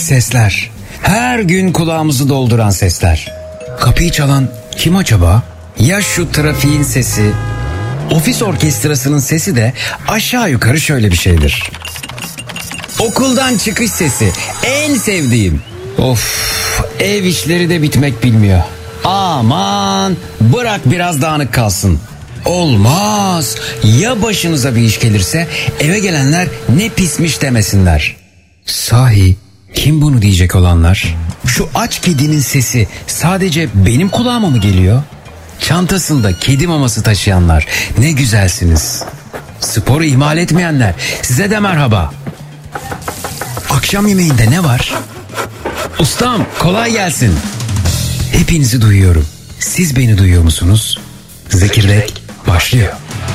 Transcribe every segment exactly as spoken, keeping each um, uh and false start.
sesler. Her gün kulağımızı dolduran sesler. Kapıyı çalan kim acaba? Ya şu trafiğin sesi, ofis orkestrasının sesi de aşağı yukarı şöyle bir şeydir. Okuldan çıkış sesi, en sevdiğim. Of, ev işleri de bitmek bilmiyor. Aman, bırak biraz dağınık kalsın. Olmaz. Ya başınıza bir iş gelirse eve gelenler ne pismiş demesinler. Sahi kim bunu diyecek olanlar? Şu aç kedinin sesi sadece benim kulağıma mı geliyor? Çantasında kedi maması taşıyanlar ne güzelsiniz. Sporu ihmal etmeyenler size de merhaba. Akşam yemeğinde ne var? Ustam kolay gelsin. Hepinizi duyuyorum. Siz beni duyuyor musunuz? Zekirdek başlıyor.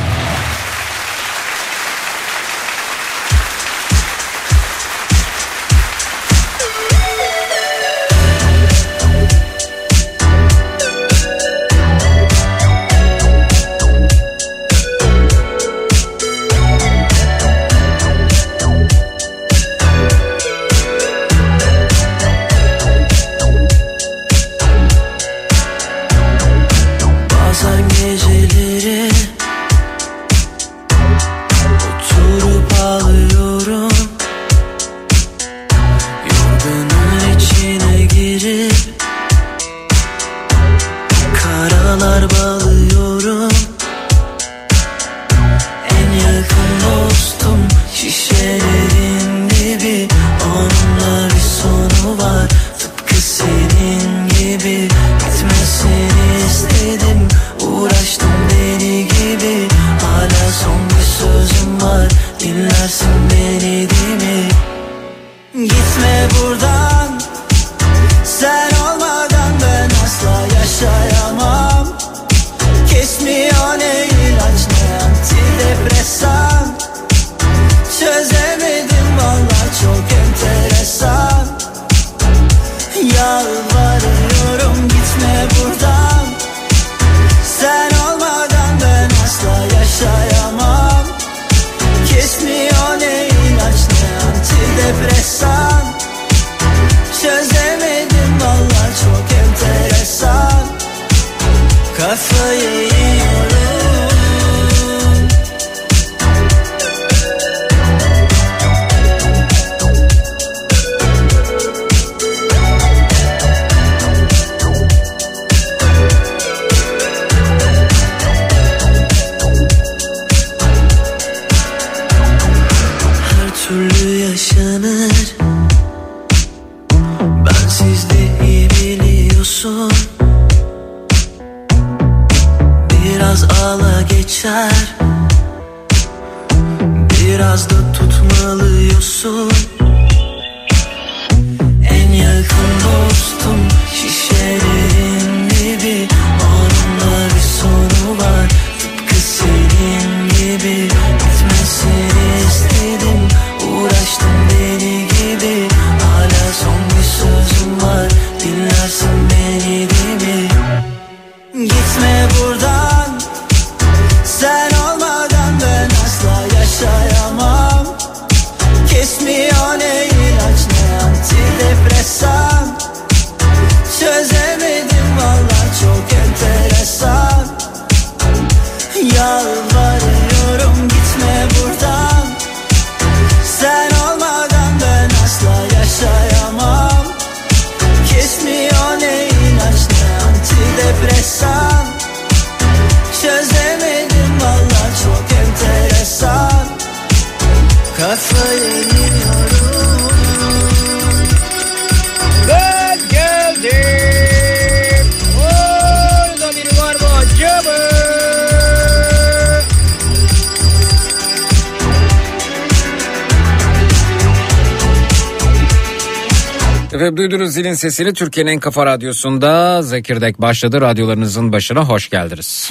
Efendim duydunuz zilin sesini, Türkiye'nin en kafa radyosunda Zekirdek başladı. Radyolarınızın başına hoş geldiniz.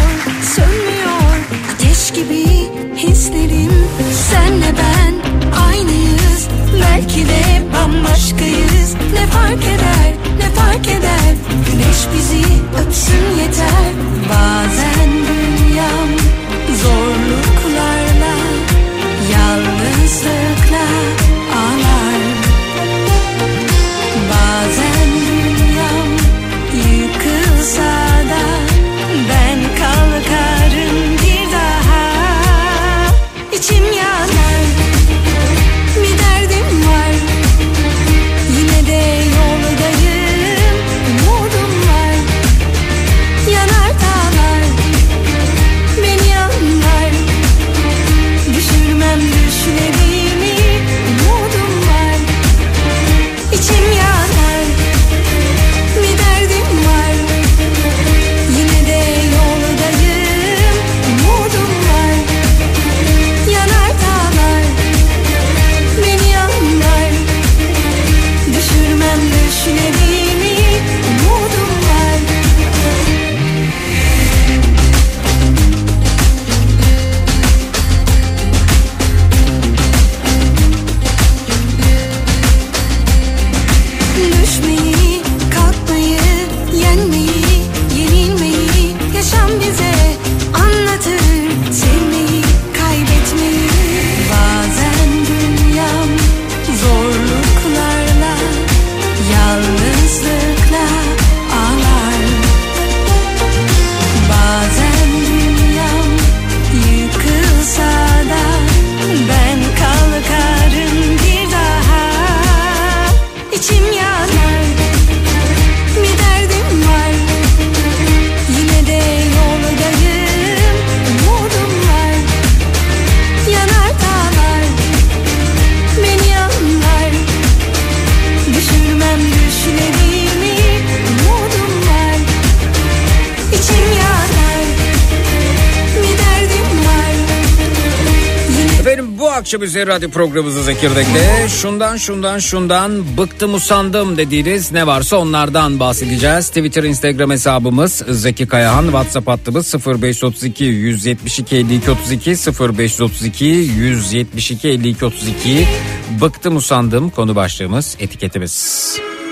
Senle ben başkayız. Ne fark eder, ne fark eder? Güneş bizi öpsün yeter. Bazen dünyam zorluklarla, yalnızlıkla ağlar. Bazen dünyam yıkılsa da ben kalkarım bir daha. İçim yanar, bir derdim var, yine de yoldayım. Umudum var, yanar dağlar, beni anlar. Düşürmem düşlerimi, umudum var. İçim yanar, bir derdim var, yine de yoldayım. Umudum var, yanar dağlar, beni anlar. Düşürmem düşlerimi, umudum var. Düşmeyi, kalkmayı, yenmeyi, yenilmeyi yaşam bize anlatır. Sevmeyi, kaybetmeyi. Bazen dünyam zorluklarla, yalnızlıkla ağlar. Bazen dünyam yıkılsa da ben kalkarım bir daha. İçim yanar, bir derdim var, yine de yoldayım. Umudum var, yanar dağlar, beni anlar. Düşürmem düşlerimi, umudum var. İçim yanar, bir derdim var, yine. Efendim bu akşam üzeri radyo programımızda Zekirdek'te şundan şundan şundan bıktım usandım dediğiniz ne varsa onlardan bahsedeceğiz. Twitter, Instagram hesabımız Zeki Kayahan, WhatsApp hattımız sıfır beş otuz iki yüz yetmiş iki elli iki otuz iki sıfır beş otuz iki yüz yetmiş iki elli iki otuz iki. Bıktım usandım konu başlığımız, etiketimiz.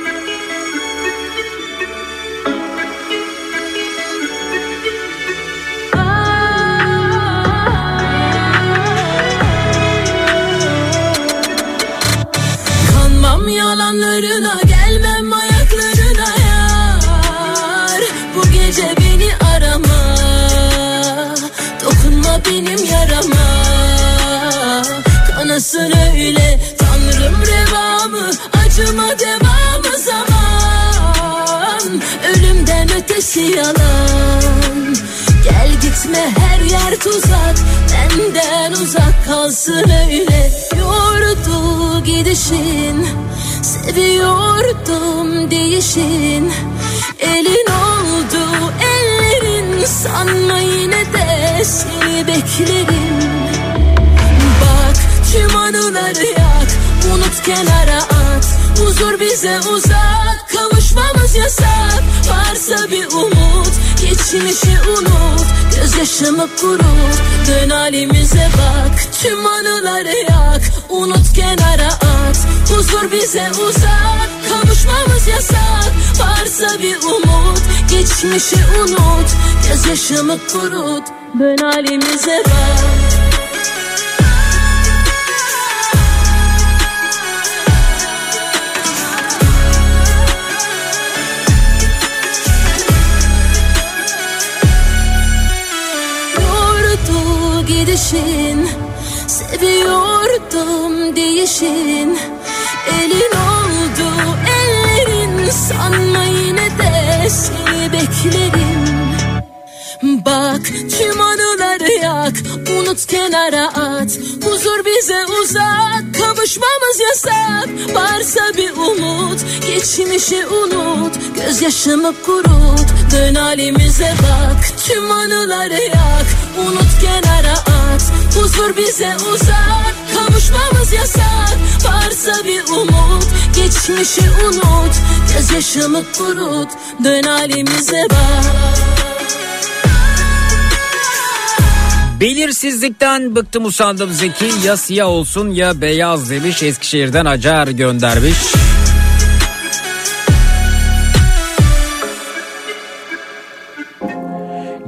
Kanmam yalanlarına, gelmem ayaklarına yar. Bu gece beni arama, dokunma benim yarama. Kanasın öyle Tanrım revamı, acıma devamı zaman. Ölümden ötesi yalan. Gel gitme, her yer tuzak, benden uzak kalsın öyle. Yordu gidişin, seviyordum değişin. Elin oldu ellerin, sanma yine de seni beklerim. Bak tüm anıları yak, unut kenara at. Huzur bize uzak, kavuşmamız yasak. Varsa bir umut, geçmişi unut. Gözyaşımı kurut, dön halimize bak. Tüm anıları yak, unut kenara at. Huzur bize uzak, kavuşmamız yasak. Varsa bir umut, geçmişi unut. Gözyaşımı kurut, dön halimize bak. Gidişin, seviyordum değişin. Elin oldu ellerin, sanma yine de seni beklerim. Bak tüm anıları yak, unut kenara at. Huzur bize uzak, kavuşmamız yasak. Varsa bir umut, geçmişi unut. Gözyaşımı kurut, dön halimize bak. Tüm anıları yak, unut kenara at. Huzur bize uzak, kavuşmamız yasak. Varsa bir umut, geçmişi unut. Gözyaşımı kurut, dön halimize bak. Belirsizlikten bıktım usandım Zeki, ya siyah olsun ya beyaz demiş, Eskişehir'den Acar göndermiş.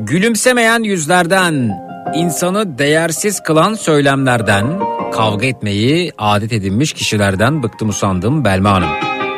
Gülümsemeyen yüzlerden, insanı değersiz kılan söylemlerden, kavga etmeyi adet edinmiş kişilerden bıktım usandım Belma Hanım.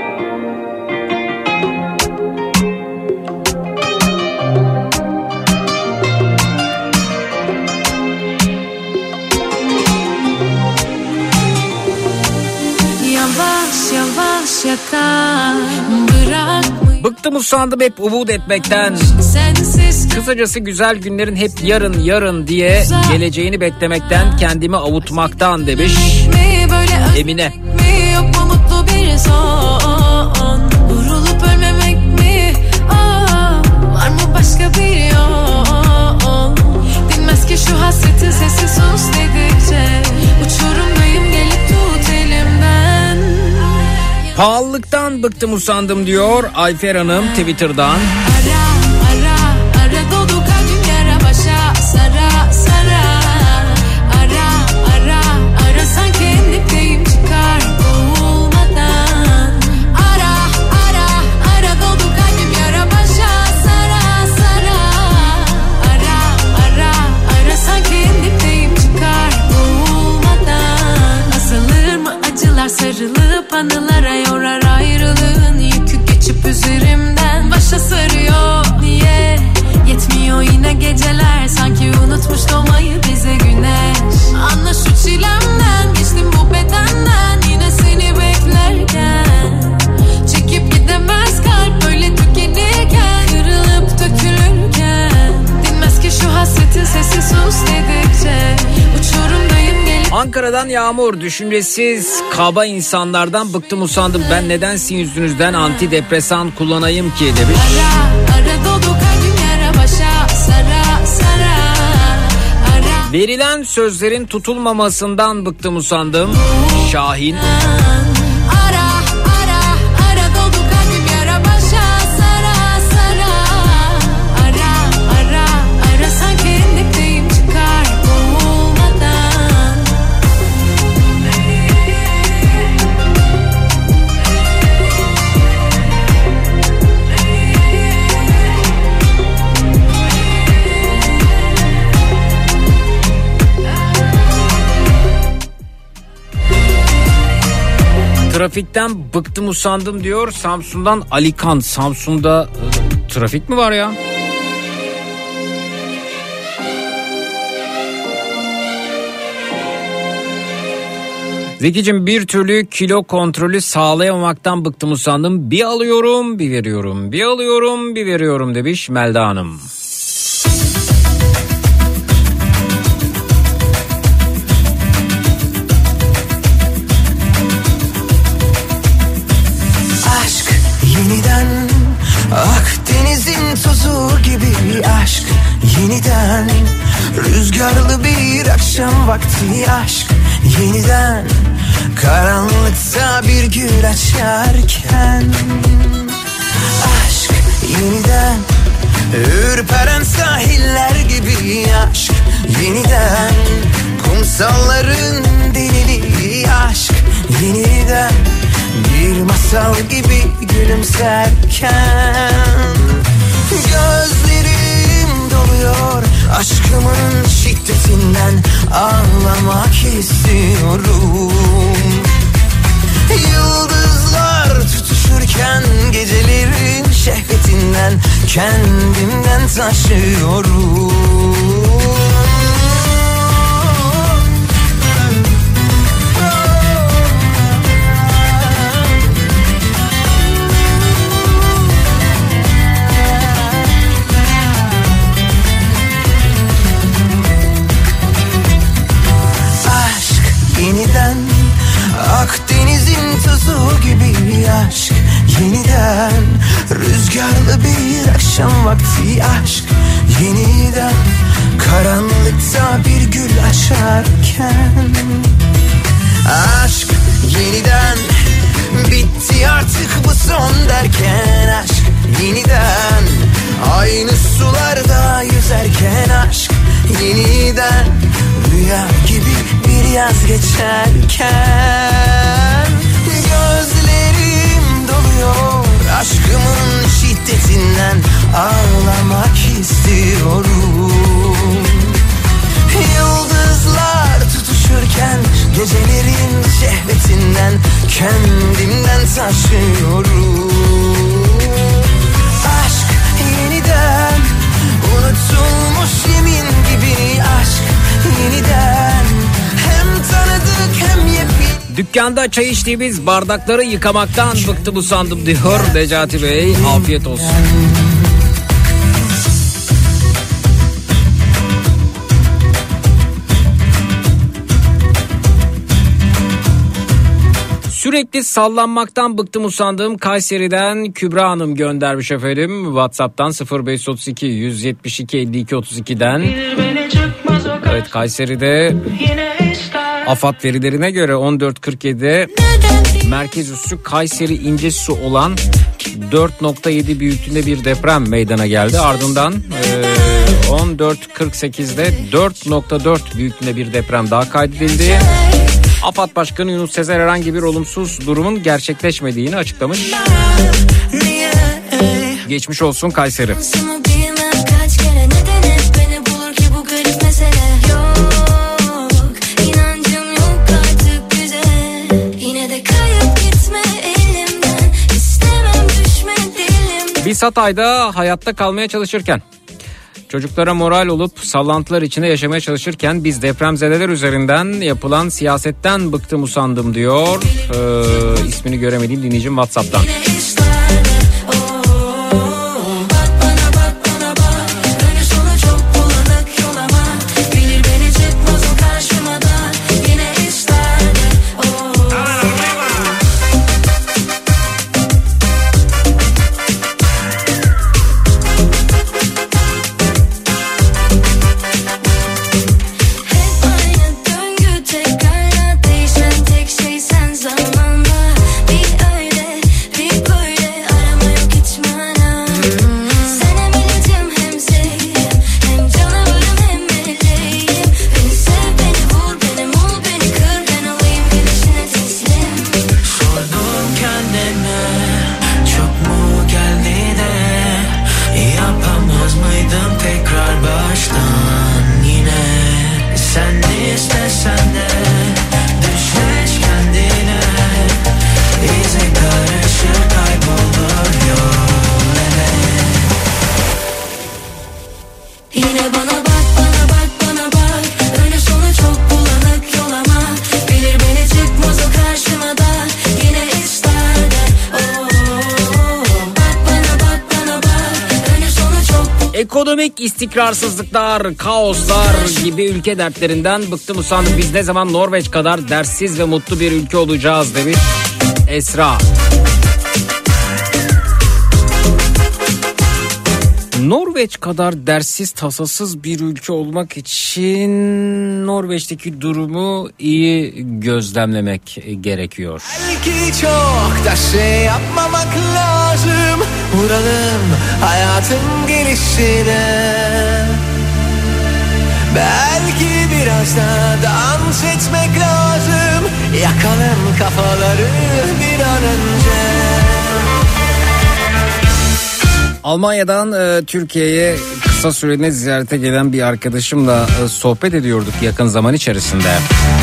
Yavaş yavaş yakar, bırakma. Bıktım usandım hep umut etmekten. Sensiz Kısacası güzel günlerin hep yarın yarın diye geleceğini beklemekten, kendimi avutmaktan demiş mi böyle Emine. mi, yok mu mutlu bir son? Vurulup ölmemek mi? Aa, var mı başka bir yol? Dinmez ki şu hasretin sesi, sus dedikçe. Uçurumdayım, gelip tut elimden. Pahalılıktan bıktım usandım diyor Ayfer Hanım Twitter'dan. Ara ara ara dolu kalbim yara başa sara sara. Ara ara ara sanki endipteyim, çıkar boğulmadan. Ara ara ara dolu kalbim yara başa sara sara. Ara ara ara sanki endipteyim, çıkar boğulmadan. Asılır mı acılar, sarılıp anılara yorar ayrılığın yükü, geçip üzerimden başa sarıyor. Niye yetmiyor yine geceler, sanki unutmuş doğmayı bize güneş. Anla şu çilemden, geçtim bu bedenden, yine seni beklerken. Çekip gidemez kalp böyle tükenirken, kırılıp dökülürken. Dinmez ki şu hasretin sesi, sus dedikçe. Uçurumdayım, gelip Ankara'dan Yağmur, düşüncesiz kaba insanlardan bıktım usandım, ben neden sizin yüzünüzden antidepresan kullanayım ki demiş. ara ara dolu kalbim yara başa sara sara. Ara Verilen sözlerin tutulmamasından bıktım usandım Şahin. ara ara ara dolu kalbim yara başa sara sara. Ara ara ara sanki endipteyim, çıkar boğulmadan. Trafikten bıktım usandım diyor Samsun'dan Alikan. Samsun'da e, trafik mi var ya? Zekicim, bir türlü kilo kontrolü sağlayamamaktan bıktım usandım. Bir alıyorum bir veriyorum, bir alıyorum bir veriyorum demiş Melda Hanım. Aşk yeniden, Akdeniz'in tozu gibi aşk yeniden. Rüzgarlı bir akşam vakti aşk yeniden. Karanlıkta bir gül açarken aşk yeniden. Ürperen sahiller gibi aşk yeniden. Kumsalların deliliği aşk yeniden. Bir masal gibi gülümserken gözlerim doluyor, aşkımın şiddetinden ağlamak istiyorum. Yıldızlar tutuşurken gecelerin şehvetinden kendimden taşıyorum. Yeniden, Akdeniz'in tozu gibi aşk yeniden. Rüzgarlı bir akşam vakti aşk yeniden. Karanlıkta bir gül açarken aşk yeniden. Bitti artık bu son derken aşk yeniden. Aynı sularda yüzerken aşk yeniden. Rüya gibi bir yaz geçerken gözlerim doluyor, aşkımın şiddetini şehvetinden ağlamak istiyorum. Yıldızlar tutuşurken gecelerin şehvetinden kendimden taşıyorum. Aşk yeniden unutulmuş yemin gibi, aşk yeniden hem tanıdık hem yepyeni. Dükkanda çay içtiğimiz bardakları yıkamaktan bıktım usandım diyor Necati Bey. Afiyet olsun. Sürekli sallanmaktan bıktım usandığım Kayseri'den Kübra Hanım göndermiş efendim. WhatsApp'tan sıfır beş otuz iki yüz yetmiş iki elli iki otuz iki'den. Evet, Kayseri'de AFAD verilerine göre on dört kırk yedi'de merkez üssü Kayseri İncesu olan dört nokta yedi büyüklüğünde bir deprem meydana geldi. Ardından e, on dört kırk sekiz'de dört nokta dört büyüklüğünde bir deprem daha kaydedildi. AFAD Başkanı Yunus Sezer herhangi bir olumsuz durumun gerçekleşmediğini açıklamış. Geçmiş olsun Kayseri. Biz Hatay'da hayatta kalmaya çalışırken, çocuklara moral olup sallantılar içinde yaşamaya çalışırken biz depremzedeler üzerinden yapılan siyasetten bıktım usandım diyor. Ee, ismini göremediğim dinleyicim WhatsApp'tan. Ekonomik istikrarsızlıklar, kaoslar gibi ülke dertlerinden bıktım usandım. Biz ne zaman Norveç kadar dertsiz ve mutlu bir ülke olacağız demiş Esra. Norveç kadar derssiz tasasız bir ülke olmak için Norveç'teki durumu iyi gözlemlemek gerekiyor. Belki çok da şey yapmamak lazım, vuralım hayatın gelişine. Belki biraz da dans etmek lazım, yakalım kafaları bir an önce. Almanya'dan e, Türkiye'ye kısa süreliğine ziyarete gelen bir arkadaşımla e, sohbet ediyorduk yakın zaman içerisinde.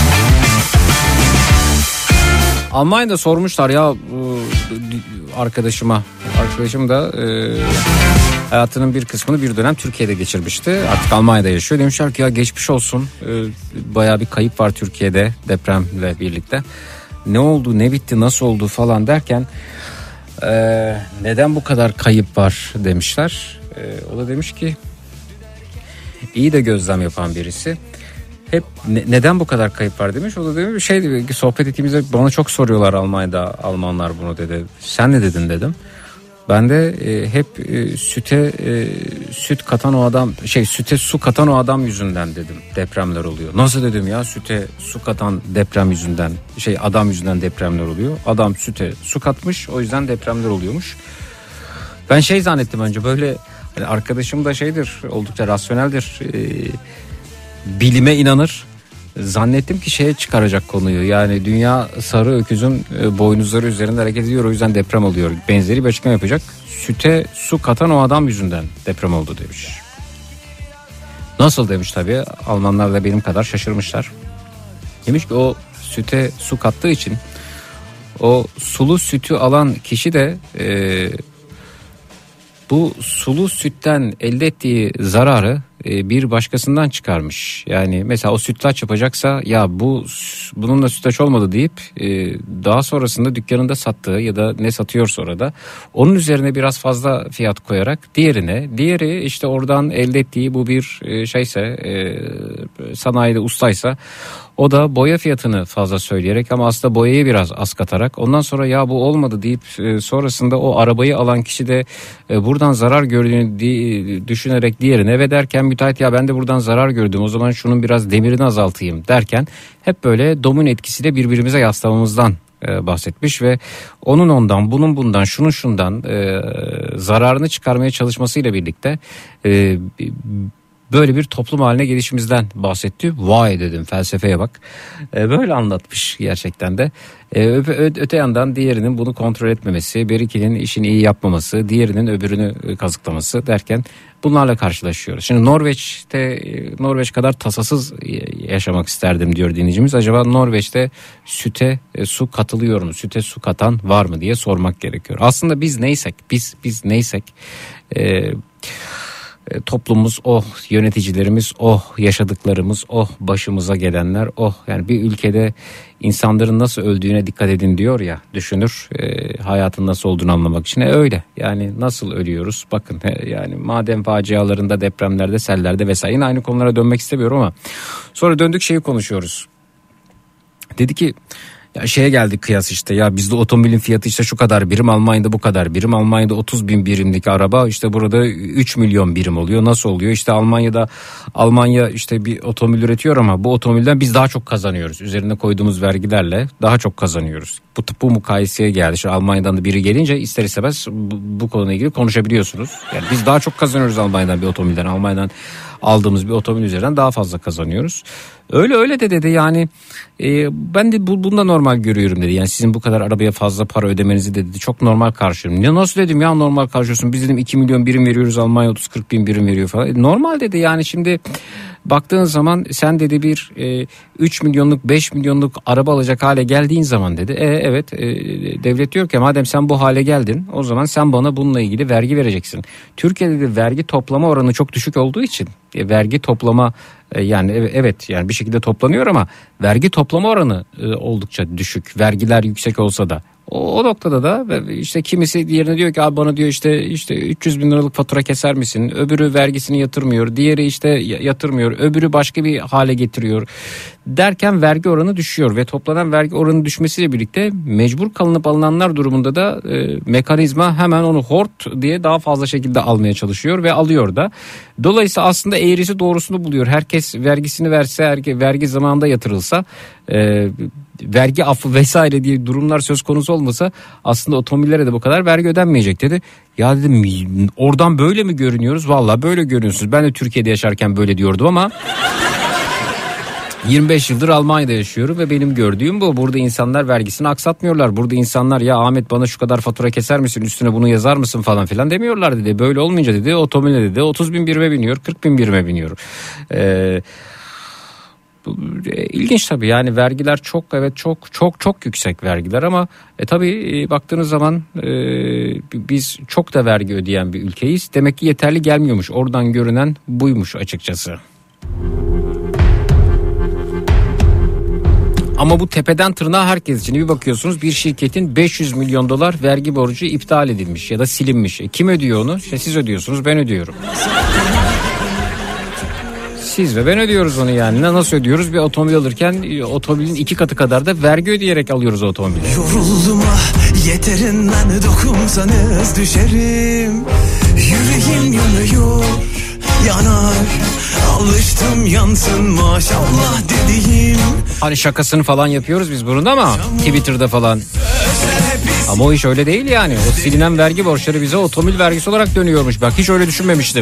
Almanya'da sormuşlar ya e, arkadaşıma. Arkadaşım da e, hayatının bir kısmını bir dönem Türkiye'de geçirmişti. Artık Almanya'da yaşıyor. Demişler ki ya geçmiş olsun. E, bayağı bir kayıp var Türkiye'de depremle birlikte. Ne oldu, ne bitti, nasıl oldu falan derken Ee, neden bu kadar kayıp var demişler. Ee, o da demiş ki iyi de gözlem yapan birisi. Hep ne, neden bu kadar kayıp var demiş. O da demiş şey sohbet ettiğimizde bana çok soruyorlar Almanya'da Almanlar bunu dedi. Sen ne dedin dedim. Ben de e, hep e, süte e, süt katan o adam şey süte su katan o adam yüzünden dedim depremler oluyor. Nasıl dedim ya süte su katan deprem yüzünden şey adam yüzünden depremler oluyor. Adam süte su katmış o yüzden depremler oluyormuş. Ben şey zannettim önce böyle hani arkadaşım da şeydir oldukça rasyoneldir e, bilime inanır Zannettim ki şeye çıkaracak konuyu. Yani dünya sarı öküzün boynuzları üzerinde hareket ediyor, o yüzden deprem oluyor. Benzeri bir açıklama yapacak. Süte su katan o adam yüzünden deprem oldu demiş. Nasıl demiş tabii. Almanlar da benim kadar şaşırmışlar. Demiş ki o süte su kattığı için o sulu sütü alan kişi de e, bu sulu sütten elde ettiği zararı e, bir başkasından çıkarmış. Yani mesela o sütlaç yapacaksa ya bu bununla sütlaç olmadı deyip e, daha sonrasında dükkanında sattığı ya da ne satıyorsa orada onun üzerine biraz fazla fiyat koyarak diğerine, diğeri işte oradan elde ettiği bu bir e, şeyse e, sanayide ustaysa o da boya fiyatını fazla söyleyerek ama aslında boyayı biraz az katarak ondan sonra ya bu olmadı deyip e, sonrasında o arabayı alan kişi de e, buradan zarar gördüğünü di, düşünerek diğerine ve derken müteahhit ya ben de buradan zarar gördüm o zaman şunun biraz demirini azaltayım derken hep böyle domino etkisiyle birbirimize yaslamamızdan e, bahsetmiş ve onun ondan bunun bundan şunun şundan e, zararını çıkarmaya çalışmasıyla birlikte e, böyle bir toplum haline gelişimizden bahsetti. Vay dedim, felsefeye bak. Ee, böyle anlatmış gerçekten de. Ee, ö- öte yandan diğerinin bunu kontrol etmemesi, bir ikinin işini iyi yapmaması, diğerinin öbürünü kazıklaması derken bunlarla karşılaşıyoruz. Şimdi Norveç'te Norveç kadar tasasız yaşamak isterdim diyor dinleyicimiz. Acaba Norveç'te süte su katılıyor mu? Süte su katan var mı diye sormak gerekiyor. Aslında biz neysek, biz biz neysek eee toplumumuz oh, yöneticilerimiz oh, yaşadıklarımız oh, başımıza gelenler oh. Yani bir ülkede insanların nasıl öldüğüne dikkat edin diyor ya düşünür e, hayatın nasıl olduğunu anlamak için. E, öyle yani nasıl ölüyoruz bakın e, yani maden facialarında, depremlerde, sellerde vesaire. Yine aynı konulara dönmek istemiyorum ama sonra döndük şeyi konuşuyoruz. Dedi ki ya şeye geldik kıyas işte ya bizde otomobilin fiyatı işte şu kadar birim, Almanya'da bu kadar birim, Almanya'da otuz bin birimlik araba işte burada üç milyon birim oluyor, nasıl oluyor işte Almanya'da Almanya işte bir otomobil üretiyor ama bu otomobilden biz daha çok kazanıyoruz, üzerine koyduğumuz vergilerle daha çok kazanıyoruz. Bu, bu mukayeseye geldi. İşte Almanya'dan da biri gelince ister istemez bu, bu konuyla ilgili konuşabiliyorsunuz. Yani biz daha çok kazanıyoruz Almanya'dan bir otomobilden, Almanya'dan aldığımız bir otomobil üzerinden daha fazla kazanıyoruz. Öyle öyle de dedi yani e, ben de bu, bunu da normal görüyorum dedi. Yani sizin bu kadar arabaya fazla para ödemenizi de dedi çok normal karşılıyorum. Ya nasıl dedim ya normal karşılıyorsun, biz dedim iki milyon birim veriyoruz, Almanya otuz kırk bin birim veriyor falan. E, normal dedi yani şimdi baktığın zaman sen dedi bir e, üç milyonluk beş milyonluk araba alacak hale geldiğin zaman dedi. E, evet e, devlet diyor ki madem sen bu hale geldin o zaman sen bana bununla ilgili vergi vereceksin. Türkiye'de de vergi toplama oranı çok düşük olduğu için e, vergi toplama e, yani evet yani bir şekilde toplanıyor ama vergi toplama oranı e, oldukça düşük. Vergiler yüksek olsa da. O, o noktada da işte kimisi diğerine diyor ki abi bana diyor işte işte üç yüz bin liralık fatura keser misin? Öbürü vergisini yatırmıyor. Diğeri işte yatırmıyor. Öbürü başka bir hale getiriyor. Derken vergi oranı düşüyor ve toplanan vergi oranı düşmesiyle birlikte mecbur kalınıp alınanlar durumunda da e, mekanizma hemen onu hort diye daha fazla şekilde almaya çalışıyor ve alıyor da. Dolayısıyla aslında eğrisi doğrusunu buluyor. Herkes vergisini verse, herke, vergi zamanında yatırılsa, e, vergi affı vesaire diye durumlar söz konusu olmasa aslında otomobillere de bu kadar vergi ödenmeyecek dedi. Ya dedim oradan böyle mi görünüyoruz? Vallahi böyle görünüyorsunuz. Ben de Türkiye'de yaşarken böyle diyordum ama yirmi beş yıldır Almanya'da yaşıyorum ve benim gördüğüm bu. Burada insanlar vergisini aksatmıyorlar. Burada insanlar ya Ahmet bana şu kadar fatura keser misin, üstüne bunu yazar mısın falan filan demiyorlar dedi. Böyle olmayınca dedi otomobile dedi otuz bin birime biniyor, kırk bin birime biniyor. Eee İlginç tabii yani vergiler çok evet çok çok çok yüksek vergiler ama e, tabii e, baktığınız zaman e, biz çok da vergi ödeyen bir ülkeyiz. Demek ki yeterli gelmiyormuş. Oradan görünen buymuş açıkçası. Ama bu tepeden tırnağa herkes için bir bakıyorsunuz bir şirketin beş yüz milyon dolar vergi borcu iptal edilmiş ya da silinmiş. E, kim ödüyor onu? İşte siz ödüyorsunuz, ben ödüyorum. Siz ve ben ödüyoruz onu yani. Nasıl ödüyoruz? Bir otomobil alırken otomobilin iki katı kadar da vergi ödeyerek alıyoruz otomobili. Yoruldum ah, yeterinden dokunsanız düşerim. Yüreğim yanıyor, yanar. Alıştım yansın maşallah dediğim. Hani şakasını falan yapıyoruz biz bunun ama Twitter'da falan. Ama o iş öyle değil yani. O silinen vergi borçları bize otomobil vergisi olarak dönüyormuş. Bak hiç öyle düşünmemiştim.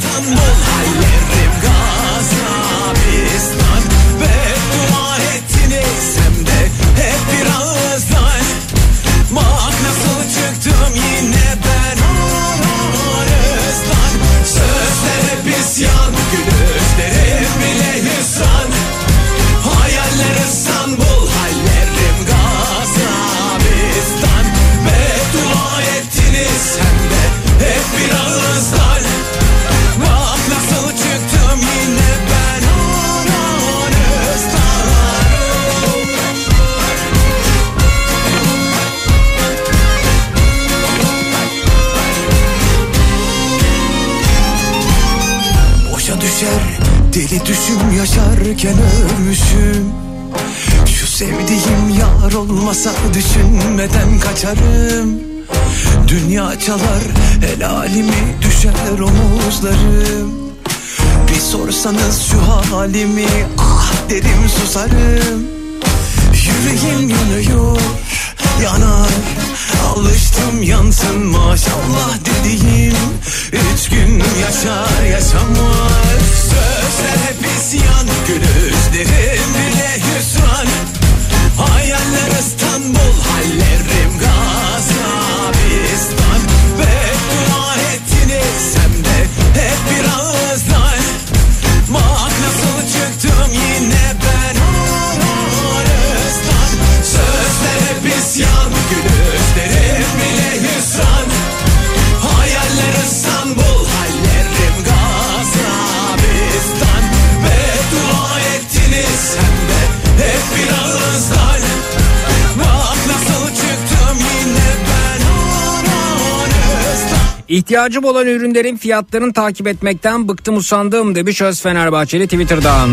Deli düşüm yaşarken ölmüşüm. Şu sevdiğim yar olmasa düşünmeden kaçarım. Dünya çalar helalimi, düşer omuzlarım. Bir sorsanız şu halimi, ah derim susarım. Yüreğim yanıyor, yanar, alıştım yansın maşallah dediğim. Üç gün yaşar yaşamaz. Sözler hep isyan, gülüzlerim bile hüsran. Hayaller İstanbul, hallerim Gazabistan. Beddua ettiniz hem de hep bir ağızdan. Bak nasıl çıktım yine ben arastan. Sözler hep isyan, gülüzlerim bile hüsran. Hayaller İstanbul, hallerim Gazabistan. Beddua ettiniz hem de hep bir ağızdan. Bak nasıl çıktım yine ben arastan. İhtiyacım olan ürünlerin fiyatlarını takip etmekten bıktım usandım demiş Öz Fenerbahçeli Twitter'dan.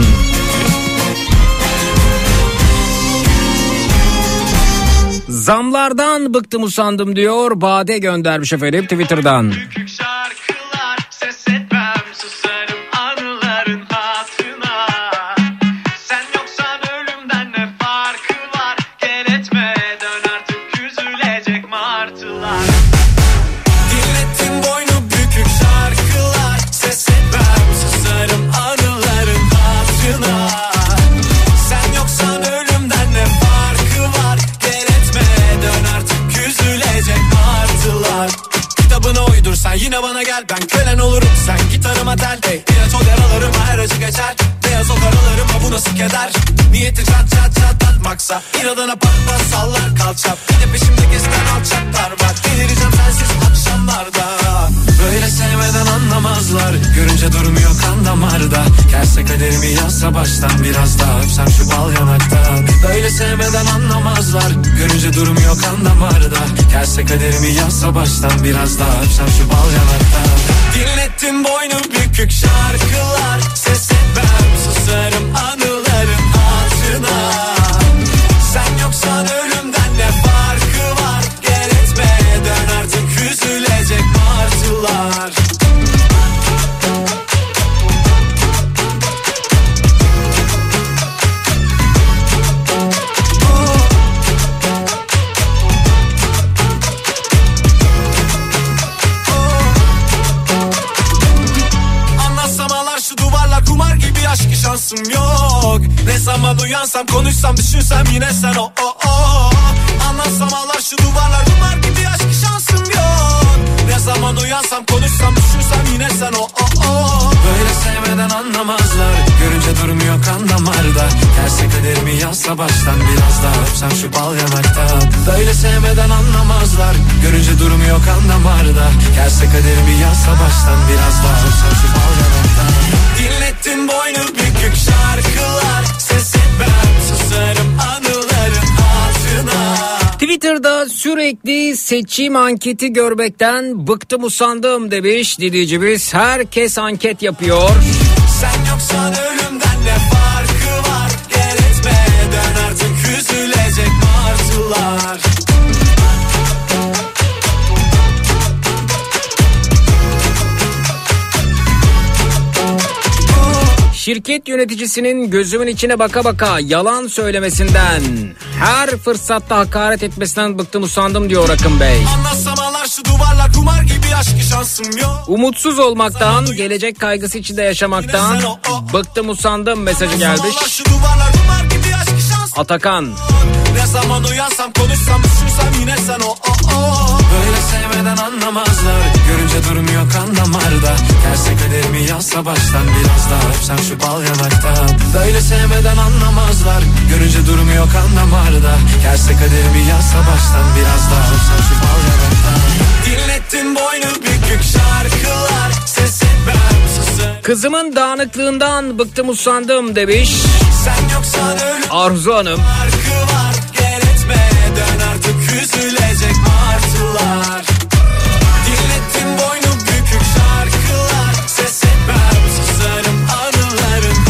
Zamlardan bıktım usandım diyor Bade göndermiş efendim Twitter'dan. Şarkılar ses etmem, susarım anıların hatırına. Sen yoksan ölümden ne farkı var? Gel etme, dön artık üzülecek martılar. Dinlettin boynu bükük şarkılar, ses etmem, susarım anıların hatırına. Sen yoksan ölümden ne farkı var? Gel etme, dön artık üzülecek martılar. Kitabına uydursan yine bana gel, ben kölen olurum sen gitarıma tel. Hey, ilaç ol yaralarıma her acı geçer. Beyaz o karalarıma bu nasıl keder? Niyeti çat çat çatlatmaksa inadına pat pat sallar kalçap. Bir de peşimde gezen alçaklar var, delireceğim sensiz akşamlarda. Böyle sevmeden anlamazlar, görünce durmuyor kan damarda. Gelse kaderimi yazsa baştan, biraz daha öpsem şu bal yanaktan. Böyle sevmeden anlamazlar, görünce durmuyor kan damarda. Gelse kaderimi yazsa baştan, biraz daha öpsem şu bal yanaktan. Dinlettin boynu bükük şarkılar, ses etmem, susarım anıların hatırına. Sen yoksan ölümden ne farkı var? Gel etme, dön artık üzülecek martılar. Anlatsam ağlar şu duvarlar, kumar gibi aşkı şansım yok. Ne zaman uyansam, konuşsam, düşünsem yine sen o o o. Anlatsam ağlar şu duvarlar, kumar gibi aşkı şansım yok. Ne zaman uyansam, konuşsam, düşünsem yine sen o o o. Böyle sevmeden anlamazlar, görünce durmuyor kan damarda. Gelse kaderimi yazsa baştan, biraz daha öpsem şu bal yanaktan. Böyle sevmeden anlamazlar, görünce durmuyor kan damarda. Gelse kaderimi yazsa baştan, biraz daha öpsem şu bal yanaktan. Dinlettin boynu bükük şarkılar, ses etmem, susarım anıların hatırına. Twitter'da sürekli seçim anketi görmekten bıktım usandım demiş dinleyicimiz. Herkes anket yapıyor. Sen yoksan ölümden ne farkı var? Gel etme, dön artık üzülecek martılar. Şirket yöneticisinin gözümün içine baka baka yalan söylemesinden, her fırsatta hakaret etmesinden bıktım usandım diyor Akın Bey. Anlatsam ağlar şu duvarlar, kumar gibi aşkı şansım yok. Umutsuz olmaktan, gelecek kaygısı içinde yaşamaktan bıktım usandım mesajı gelmiş. Şu duvarlar, kumar gibi aşkı şansım. Atakan. Ne zaman uyansam, konuşsam, düşünsem yine sen o o o. Böyle sevmeden anlamazlar, görünce durmuyor kan damarda. Gelse kaderimi yazsa baştan, biraz daha öpsem şu bal yanaktan. Böyle sevmeden anlamazlar, görünce durmuyor kan damarda. Gelse kaderimi yazsa baştan, biraz daha öpsem şu bal yanaktan. Dinlettin boynu bükük şarkılar, ses etmem, susarım. Kızımın dağınıklığından bıktım usandım demiş Sen yoksan ölüm Arzu Hanım. farkı var. Gel etme, dön artık üzülecek martılar. Dinlettin boynu bükük şarkılar, ses etmem, susarım anıların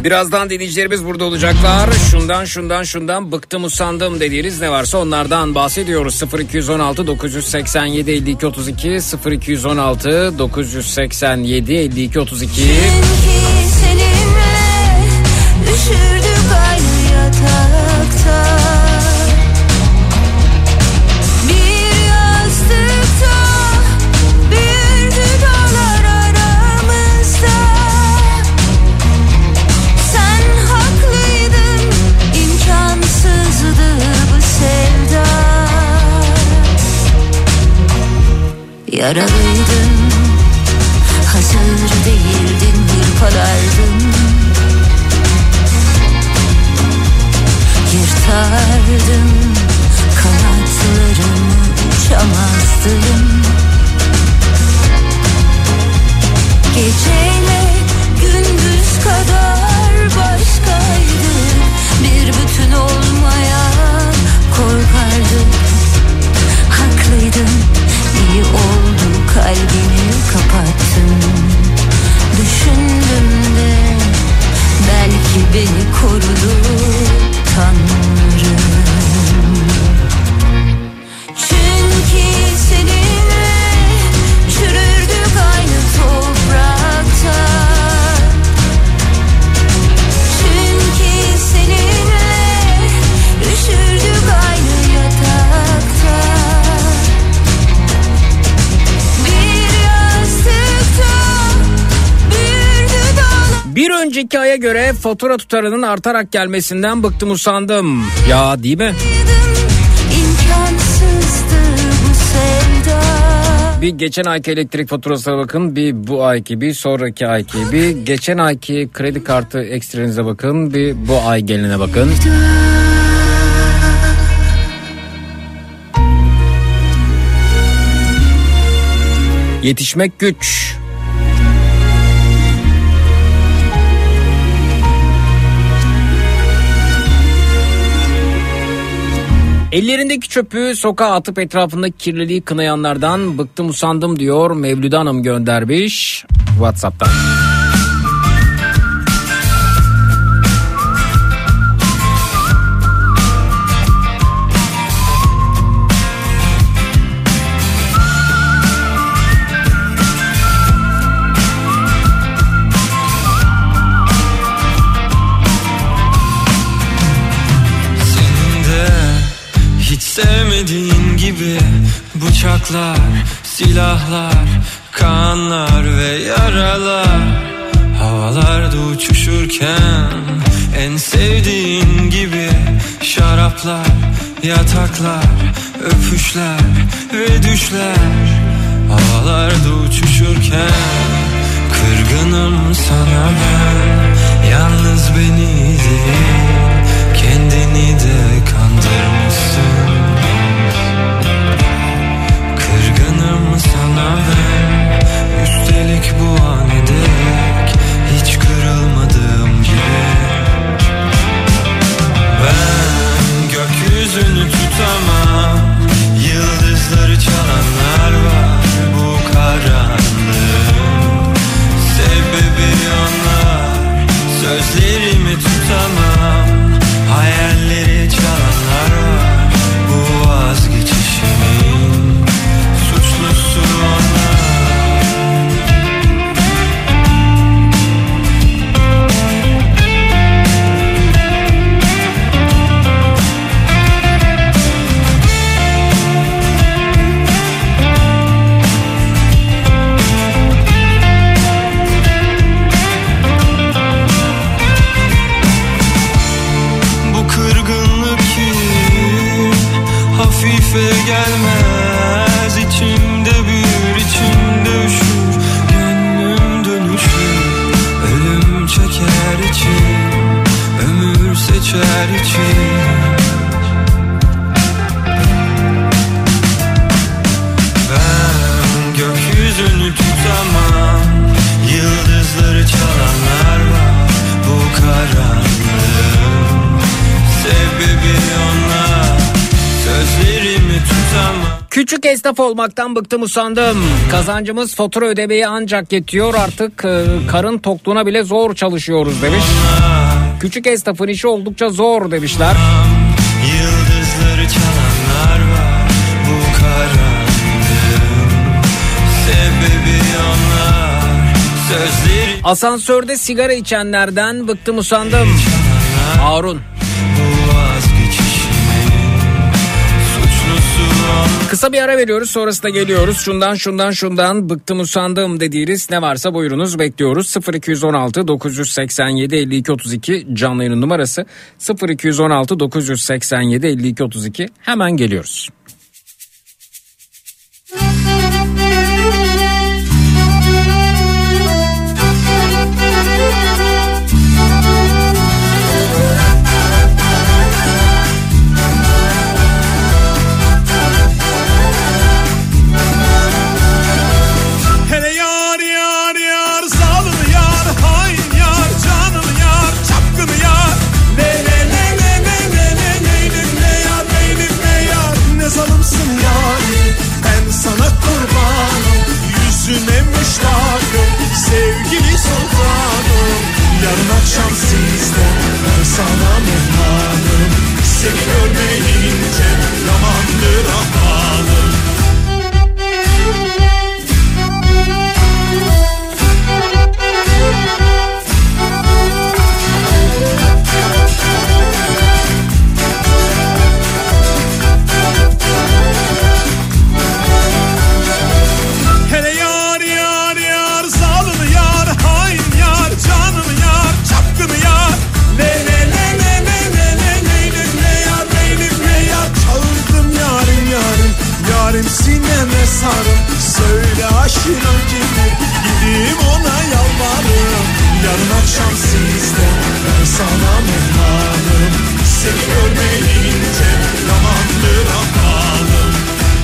Birazdan dinleyicilerimiz burada olacaklar. Şundan şundan şundan bıktım usandım dediğiniz ne varsa onlardan bahsediyoruz. sıfır iki on altı dokuz seksen yedi elli iki otuz iki sıfır iki on altı dokuz seksen yedi elli iki otuz iki. Çünkü seninle üşürdük aynı yatakta. Bir yastıkta büyüdü dağlar aramızda. Sen haklıydın, imkansızdı bu sevda. Yaralıydın, hazır değildin, hırpalardın. Yırtardım kanatlarımı, uçamazdım. Geceyle gündüz kadar başkaydı. Bir bütün olmaya korkardım. Haklıydın, iyi oldu, kalbini kapattın. Düşündüm de belki beni korudu Tanrım. Çünkü seninle çürürdük aynı toprakta. Çünkü seninle üşürdük aynı yatakta. Bir yastıkta büyürdü dağlar. Bir önceki aya göre fatura tutarının artarak gelmesinden bıktım usandım. Ya değil mi? İmkansızdı bu sevda. Bir geçen ayki elektrik faturasına bakın, bir bu ayki, bir sonraki ayki, bir geçen ayki kredi kartı ekstrenize bakın, bir bu ay geline bakın. Yetişmek güç. Ellerindeki çöpü sokağa atıp etrafındaki kirliliği kınayanlardan bıktım usandım diyor Mevlüde Hanım göndermiş WhatsApp'tan. Sevmediğin gibi bıçaklar, silahlar, kanlar ve yaralar havalarda uçuşurken, en sevdiğin gibi şaraplar, yataklar, öpüşler ve düşler havalarda uçuşurken, kırgınım sana ben, yalnız beni değil kendini de kandırmışsın. Kırgınım sana ben, üstelik bu an ederek hiç kırılmadığım gibi. Ben gökyüzünü tutamam, yıldızları çalanlar var bu karanlığın. Sebebi onlar, sözlerimi tutamam, hayalleri çalanlar var bu vazgeçişimin suçlusu onlar. Hafife gelmez, içimde büyür, içimde üşür, gönlüm dönüşür, ölüm çeker içim, ömür seçer içim. Ben gökyüzünü tutamam, yıldızları çalanlar var bu karanlığın. Sebebi onlar, sözlerimi tutamam. Küçük Küçük esnaf olmaktan bıktım usandım. Kazancımız fatura ödemeye ancak yetiyor, artık e, karın tokluğuna bile zor çalışıyoruz demiş. Küçük esnafın işi oldukça zor demişler. Yıldızları çalanlar var bu karanlığın. Sebebi onlar, sözleri Asansörde sigara içenlerden bıktım usandım. Harun. bu vazgeçişimin suçlusu onlar. Kısa bir ara veriyoruz, sonrasında geliyoruz. Şundan şundan şundan bıktım usandım dediğiniz ne varsa buyurunuz, bekliyoruz. sıfır iki on altı dokuz seksen yedi elli iki otuz iki canlı yayın numarası sıfır iki on altı dokuz seksen yedi elli iki otuz iki, hemen geliyoruz. Hele yar yar yar zalim yar hain yar canım yar çapkın yar ne ne ne ne ne ne ne neylik ne yar neylik ne yar ne zalimsin yar ben sana kurbanım yüzüne müştakım sevgili sultanım yarın akşam sizde ben sana mehmanım seni görmeyince yamandır ahvalım. Hele yar yar yar zalim yar hain yar canım yar çapkın yar ne ne ne ne ne ne ne neylik ne yar neylik ne yar çağırdım yarim yarim yarim sineme sarım söyle aşırı gibi gideyim ona yalvarırım yarın akşam sizde ben sana mehmanım seni görmeyince yamandır ahvalım.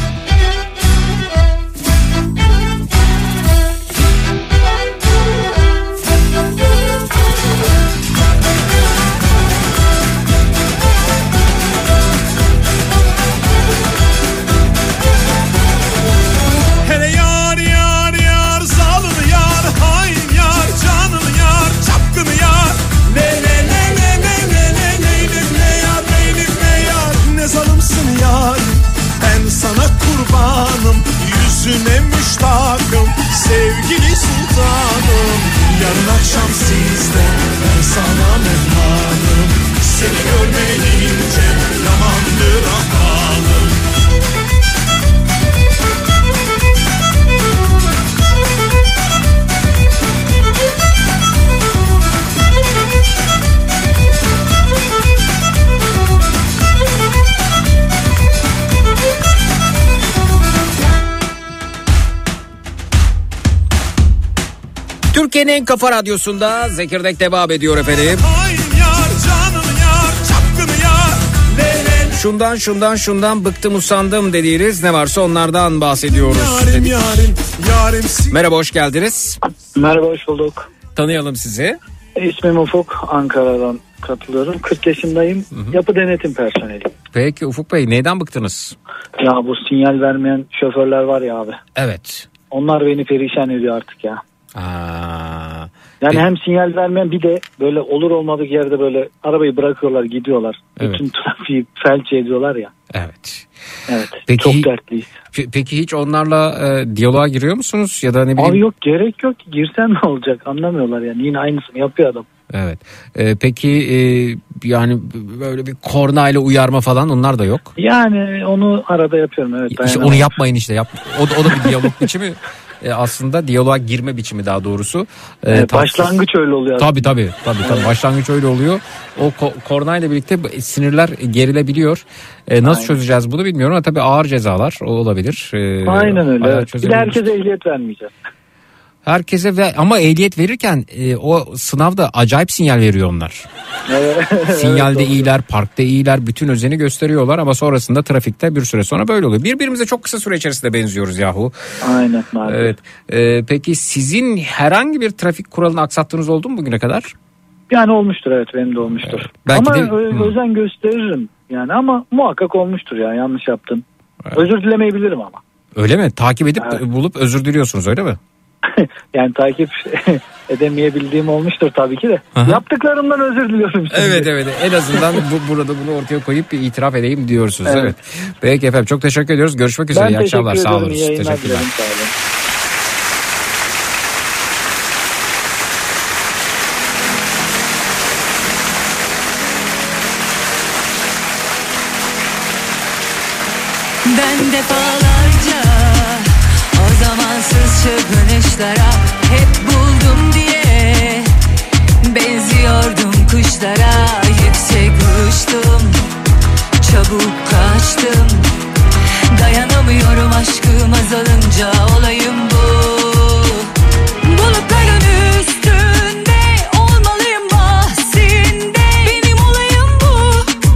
Hele yar yar yar zalim yar hain yar canım yar çapkın yar ne ne ne ne ne ne ne neylik ne yar neylik ne yar ne zalimsin yar ben sana kurbanım yüzüne müştakım sevgili sultanım yarın akşam sizde ben sana mehmanım seni görmeyince yamandır ahvalım. Türkiye'nin en kafa radyosunda Zekirdek devam ediyor efendim. Hain yar canım yar çapkın yar ne ne Şundan şundan şundan bıktım usandım dediğiniz ne varsa onlardan bahsediyoruz. yarim yarim yarim sin- Merhaba, hoş geldiniz. Merhaba, hoş bulduk. Tanıyalım sizi. İsmim Ufuk, Ankara'dan katılıyorum. kırk yaşındayım, yapı denetim personeliyim. Peki Ufuk Bey, neyden bıktınız? Ya bu sinyal vermeyen şoförler var ya abi. Evet. Onlar beni perişan ediyor artık ya. Aa, Yani Peki. hem sinyal vermeyen bir de böyle olur olmadık yerde böyle arabayı bırakıyorlar, gidiyorlar. Evet. Bütün trafiği felç ediyorlar ya. evet. Evet, Peki- çok dertliyiz. Pe- Peki hiç onlarla e, diyaloğa giriyor musunuz ya da ne bileyim? Abi yok, gerek yok ki, girsen ne olacak, anlamıyorlar yani, yine aynısını yapıyor adam. Evet. E, peki e, yani böyle bir kornayla uyarma falan, onlar da yok. Yani onu arada yapıyorum, evet. İşte dayanamam. onu yapmayın işte. Yap. O, da- o da bir diyalog biçimi. E, aslında diyaloğa girme biçimi daha doğrusu. E, Evet, tatsız. başlangıç öyle oluyor. Tabii tabii. tabii, tabii. Başlangıç öyle oluyor. O ko- kornayla birlikte sinirler gerilebiliyor. E, nasıl Aynen. çözeceğiz bunu bilmiyorum ama tabii ağır cezalar o olabilir. E, Aynen öyle. bayağı Evet. Bir de çözebiliriz. herkese ehliyet vermeyeceğiz. Herkese ve ama ehliyet verirken e, o sınavda acayip sinyal veriyor onlar. Evet. Sinyalde Evet, doğru. iyiler, parkta iyiler, bütün özeni gösteriyorlar ama sonrasında trafikte bir süre sonra böyle oluyor. Birbirimize çok kısa süre içerisinde benziyoruz yahu. Aynen. Maalesef. Evet. E, peki sizin herhangi bir trafik kuralını aksattığınız oldu mu bugüne kadar? Yani olmuştur, evet, benim de olmuştur. Evet. Belki ama de- ö- Hı. özen gösteririm yani, ama muhakkak olmuştur ya, yanlış yaptım. Evet. Özür dilemeyebilirim ama. Öyle mi? Takip edip Evet. bulup özür diliyorsunuz, öyle mi? Yani takip edemeyebildiğim olmuştur tabii ki de. Aha. Yaptıklarımdan özür diliyorum şimdi. Evet evet, en azından bu, burada bunu ortaya koyup bir itiraf edeyim diyorsunuz. Evet. Evet. Peki efendim, çok teşekkür ediyoruz. Görüşmek üzere. Ben İyi teşekkür akşamlar. Sağ ederim. olun. İyi yayınlar Teşekkürler. dilerim. Sağ olun. Ben defalarca o zamansız çırpınışlara hep buldum diye benziyordum kuşlara. Yüksek uçtum, çabuk kaçtım, dayanamıyorum aşkım azalınca, olayım bu. Bulutların üstünde olmalıyım bahsinde, benim olayım bu.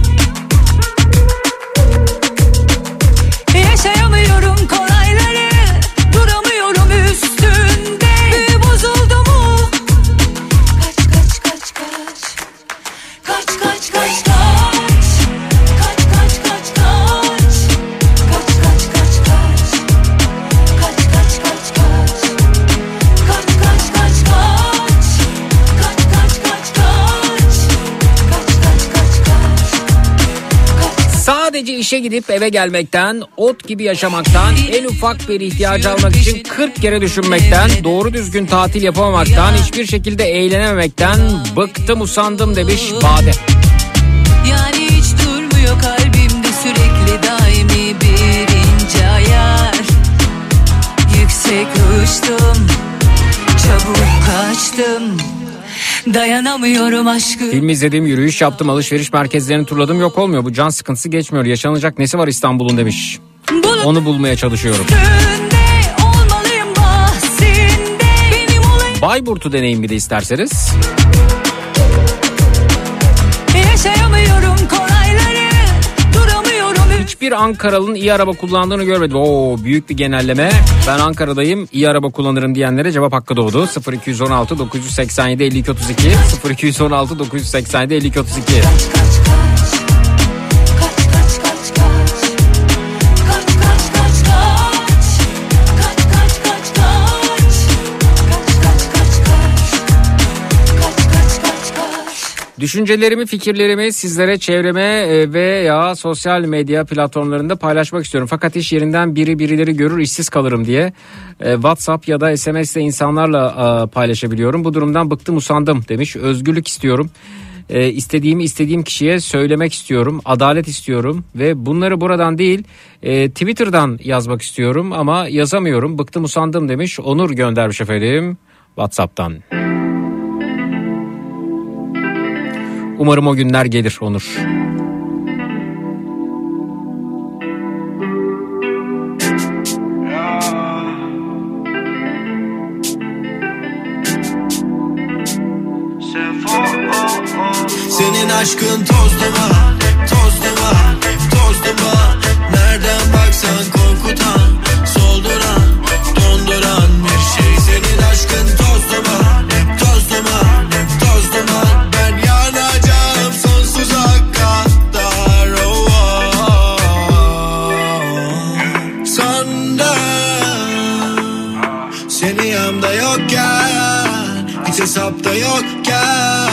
Yaşayamıyorum kolayları, duramıyorum üstünde, büyü bozuldu mu? Kaç kaç kaç kaç, kaç kaç kaç kaç, kaç kaç kaç kaç, kaç kaç kaç kaç, kaç kaç kaç kaç, kaç kaç kaç kaç, kaç kaç kaç kaç kaç kaç. Sadece işe gidip eve gelmekten, ot gibi yaşamaktan, en ufak bir ihtiyacı almak için kırk kere düşünmekten, doğru düzgün tatil yapamamaktan, hiçbir şekilde eğlenememekten bıktım usandım demiş Bade. Yani hiç durmuyor kalbimde sürekli daimi bir ince ayar. Yüksek uçtum, çabuk kaçtım, dayanamıyorum aşkım. Film izledim, yürüyüş yaptım, alışveriş merkezlerini turladım, yok olmuyor. Bu can sıkıntısı geçmiyor. Yaşanacak nesi var İstanbul'un demiş. Onu bulmaya çalışıyorum. Bulutünde olmalıyım bahsinde, benim olayım. Bayburt'u deneyin bir de isterseniz. Yaşayamıyorum kolayları, duramıyorum. Hiçbir Ankaralı'nın iyi araba kullandığını görmedim. Oo, büyük bir genelleme. Ben Ankara'dayım, iyi araba kullanırım diyenlere cevap hakkı doğdu. sıfır iki on altı dokuz seksen yedi elli iki otuz iki sıfır iki on altı dokuz seksen yedi elli iki otuz iki. Kaç kaç kaç, kaç kaç kaç kaç, kaç kaç kaç kaç, kaç kaç kaç kaç, kaç kaç kaç kaç, kaç kaç kaç kaç. Düşüncelerimi, fikirlerimi sizlere çevreme e, veya sosyal medya platformlarında paylaşmak istiyorum. Fakat iş yerinden biri birileri görür, işsiz kalırım diye e, WhatsApp ya da S M S'le insanlarla e, paylaşabiliyorum. Bu durumdan bıktım usandım demiş. Özgürlük istiyorum. E, istediğimi istediğim kişiye söylemek istiyorum. Adalet istiyorum ve bunları buradan değil e, Twitter'dan yazmak istiyorum ama yazamıyorum. Bıktım usandım demiş. Onur göndermiş efendim WhatsApp'tan. Umarım o günler gelir Onur. Senin aşkın toz duman, toz duman, toz duman. Nereden baksan korkutan, solduran, donduran bir şey. Senin aşkın toz duman, toz duman, toz duman. Ben yanacağım sonsuza kadar. Oh, oh, oh. Sandım seni yanımda yokken, hiç hesapta yokken.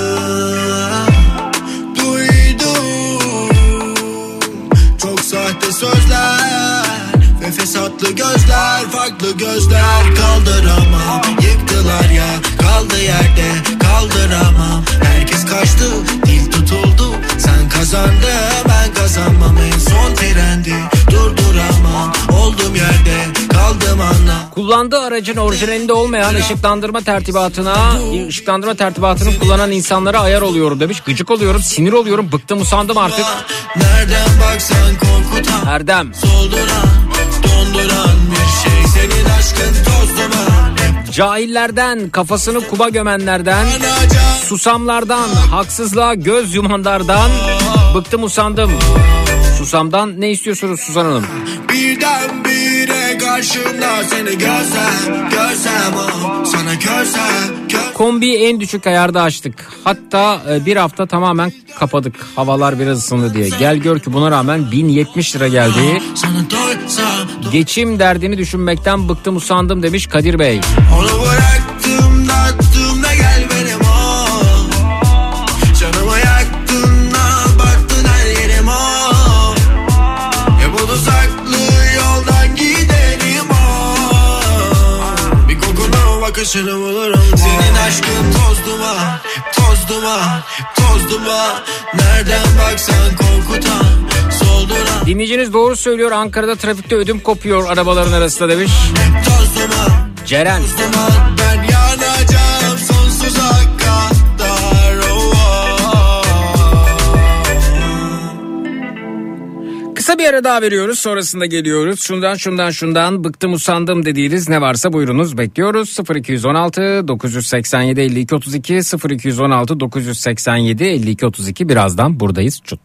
Sahte sözler ve fesatlı gözler, farklı gözler. Kaldıramam, yıktılar ya, kaldı yerde, kaldıramam. Herkes kaçtı, dil tutuldu. Sen kazandın, ben kazanmam. En son trendi, durduramam. Oldum yerde, kaldım anla. Kullandığı aracın orijinalinde olmayan ışıklandırma tertibatına, ışıklandırma tertibatını kullanan insanlara ayar oluyorum demiş. Gıcık oluyorum, sinir oluyorum, bıktım usandım artık. Nereden baksan korkutan, Erdem. solduran, donduran bir şey. Senin aşkın toz duman. Cahillerden, kafasını kuba gömenlerden, susamlardan, haksızlığa göz yumanlardan bıktım usandım. Susamdan ne istiyorsunuz Suzan Hanım? Birdenbire karşımda seni görsem, görsem oh, sana görsem, görsem. Kombiyi en düşük ayarda açtık. Hatta bir hafta tamamen kapadık. Havalar biraz ısındı diye. Gel gör ki buna rağmen bin yetmiş lira geldi. Sana doysam, Geçim derdini düşünmekten bıktım usandım demiş Kadir Bey. Onu bıraktım da attım da gel benim ol. Canımı yaktın da baktın her yerim ol. Hep o uzaklı yoldan gidelim ol. Bir kokunu bakışını bulurum. Senin aşkın toz duman, toz duman, toz duman. Nereden baksan korkutan, solduran. Dinleyiciniz doğru söylüyor, Ankara'da trafikte ödüm kopuyor arabaların arasında demiş Toz duman, Ceren. toz duman. Ben yanacağım sonsuza kadar. Oh, oh. Kısa bir ara daha veriyoruz, sonrasında geliyoruz. Şundan şundan şundan bıktım usandım dediğiniz ne varsa buyurunuz, bekliyoruz. sıfır iki on altı dokuz seksen yedi elli iki otuz iki sıfır iki on altı dokuz seksen yedi elli iki otuz iki. Birazdan buradayız. Çut.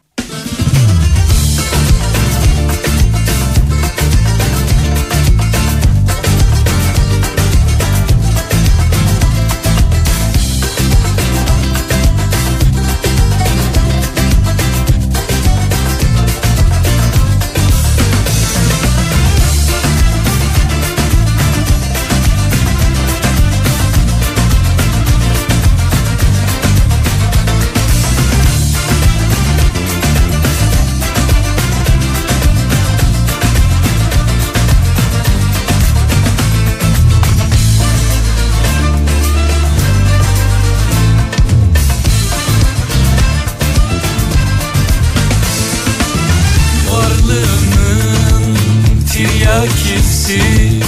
Tiryakisi,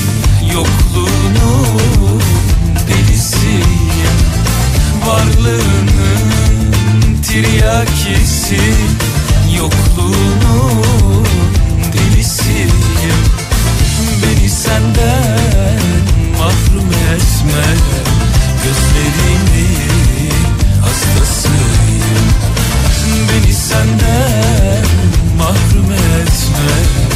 yokluğunun delisiyim. Varlığının tiryakisi, yokluğunun delisiyim. Beni senden mahrum etme, gözlerinin hastasıyım. Beni senden mahrum etme,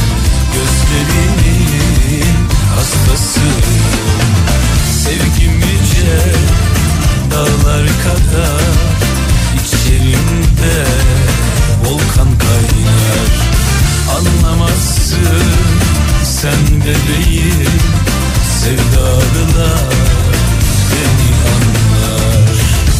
gözlerinin hastasıyım. Sevgim yüce dağlar kadar, içerimde volkan kaynar. Anlamazsın sen bebeğim, sevdalılar beni anlar.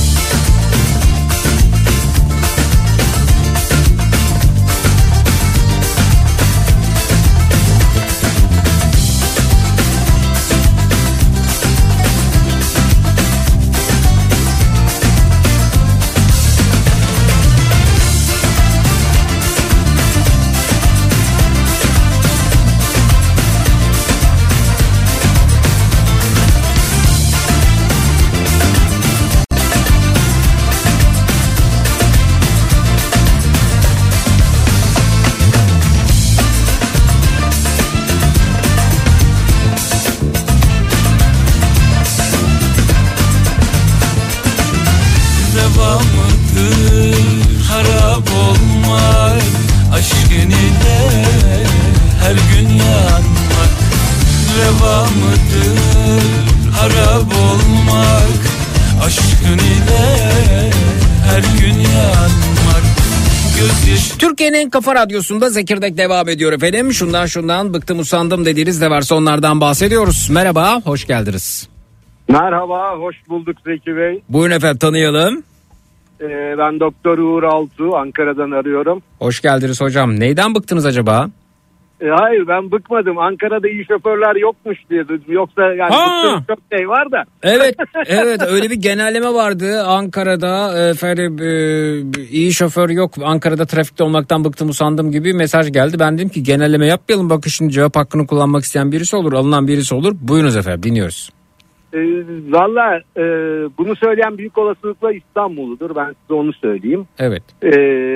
Harap olmak, aşkın ile her gün yanmak. Reva mıdır harap olmak, aşkın ile her gün yanmak. Gözyaşı... Türkiye'nin en kafa radyosunda Zekirdek devam ediyor efendim. Şundan şundan bıktım usandım dediğiniz ne varsa onlardan bahsediyoruz. Merhaba, hoş geldiniz. Merhaba, hoş bulduk Zeki Bey. Buyurun efendim, tanıyalım. Ee, ben Doktor Uğur Altuğ, Ankara'dan arıyorum. Hoş geldiniz hocam. Neyden bıktınız acaba? Ee, hayır, ben bıkmadım. Ankara'da iyi şoförler yokmuş diye duydum. Yoksa yani bıktığım çok şey var da. Evet, evet öyle bir genelleme vardı Ankara'da. Efendim e, iyi şoför yok. Ankara'da trafikte olmaktan bıktım usandım gibi mesaj geldi. Ben dedim ki genelleme yapmayalım. Bakın şimdi cevap hakkını kullanmak isteyen birisi olur, alınan birisi olur. Buyurunuz efendim, dinliyoruz. E, Valla e, bunu söyleyen büyük olasılıkla İstanbulludur. Ben size onu söyleyeyim. Evet. E,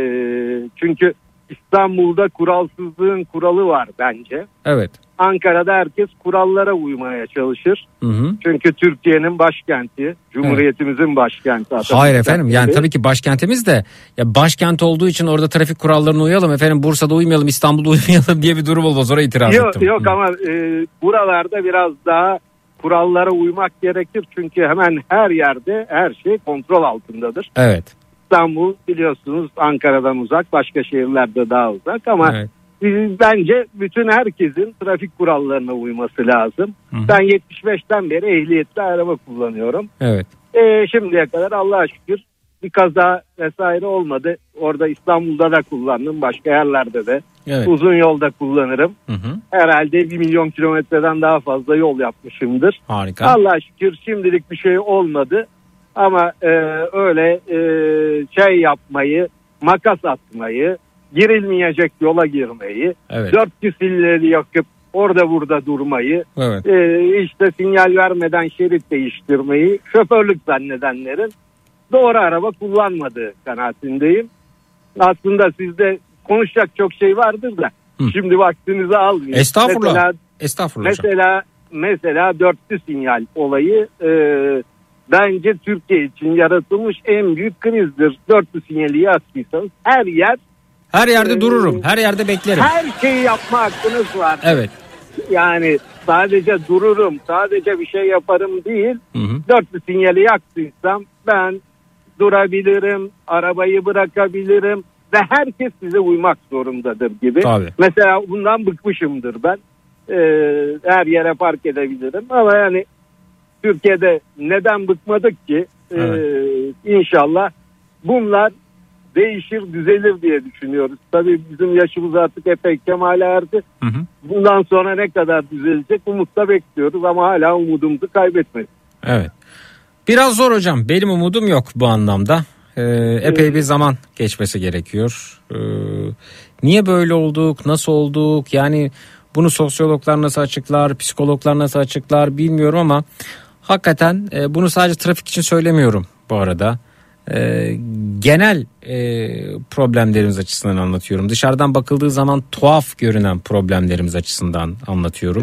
çünkü İstanbul'da kuralsızlığın kuralı var bence. Evet. Ankara'da herkes kurallara uymaya çalışır. Hı hı. Çünkü Türkiye'nin başkenti, Cumhuriyetimizin evet. başkenti. Hayır efendim, yani tabii ki başkentimiz de ya başkent olduğu için orada trafik kurallarına uyalım efendim, Bursa'da uymayalım, İstanbul'da uymayalım diye bir durum olmaz. Oraya itiraz yok, ettim. Yok ama e, buralarda biraz daha kurallara uymak gerekir. Çünkü hemen her yerde her şey kontrol altındadır. Evet. İstanbul biliyorsunuz Ankara'dan uzak, başka şehirlerde daha uzak ama evet. bence bütün herkesin trafik kurallarına uyması lazım. Hı. Ben yetmiş beşten beri ehliyetli araba kullanıyorum. Evet. E, şimdiye kadar Allah'a şükür bir kaza vesaire olmadı. Orada İstanbul'da da kullandım, başka yerlerde de. Evet. Uzun yolda kullanırım. Hı hı. Herhalde bir milyon kilometreden daha fazla yol yapmışımdır. Harika. Allah'a şükür şimdilik bir şey olmadı. Ama e, öyle e, şey yapmayı, makas atmayı, girilmeyecek yola girmeyi, evet. dört küsilleri yakıp orada burada durmayı, evet. e, işte sinyal vermeden şerit değiştirmeyi, şoförlük zannedenlerin doğru araba kullanmadığı kanaatindeyim. Aslında sizde konuşacak çok şey vardır da Hı. şimdi vaktinizi almayayım. Estağfurullah. Mesela, Estağfurullah. Mesela, mesela dörtlü sinyal olayı e, bence Türkiye için yaratılmış en büyük krizdir. Dörtlü sinyali yaktıysanız her yer her yerde e, dururum. Her yerde beklerim. Her şeyi yapma hakkınız var. Evet. Yani sadece dururum, sadece bir şey yaparım değil. Hı hı. Dörtlü sinyali yaktıysam ben durabilirim, arabayı bırakabilirim ve herkes size uymak zorundadır gibi. Tabii. Mesela bundan bıkmışımdır ben. Ee, her yere park edebilirim ama yani Türkiye'de neden bıkmadık ki? Ee, evet. İnşallah bunlar değişir, düzelir diye düşünüyoruz. Tabii bizim yaşımız artık epey kemale erdi. Hı hı. Bundan sonra ne kadar düzelecek umutla bekliyoruz ama hala umudumuzu kaybetmedik. Evet. Biraz zor hocam. Benim umudum yok bu anlamda. Ee, epey bir zaman geçmesi gerekiyor. Ee, niye böyle olduk? Nasıl olduk? Yani bunu sosyologlar nasıl açıklar? Psikologlar nasıl açıklar? Bilmiyorum ama hakikaten e, bunu sadece trafik için söylemiyorum bu arada. E, genel e, problemlerimiz açısından anlatıyorum. Dışarıdan bakıldığı zaman tuhaf görünen problemlerimiz açısından anlatıyorum.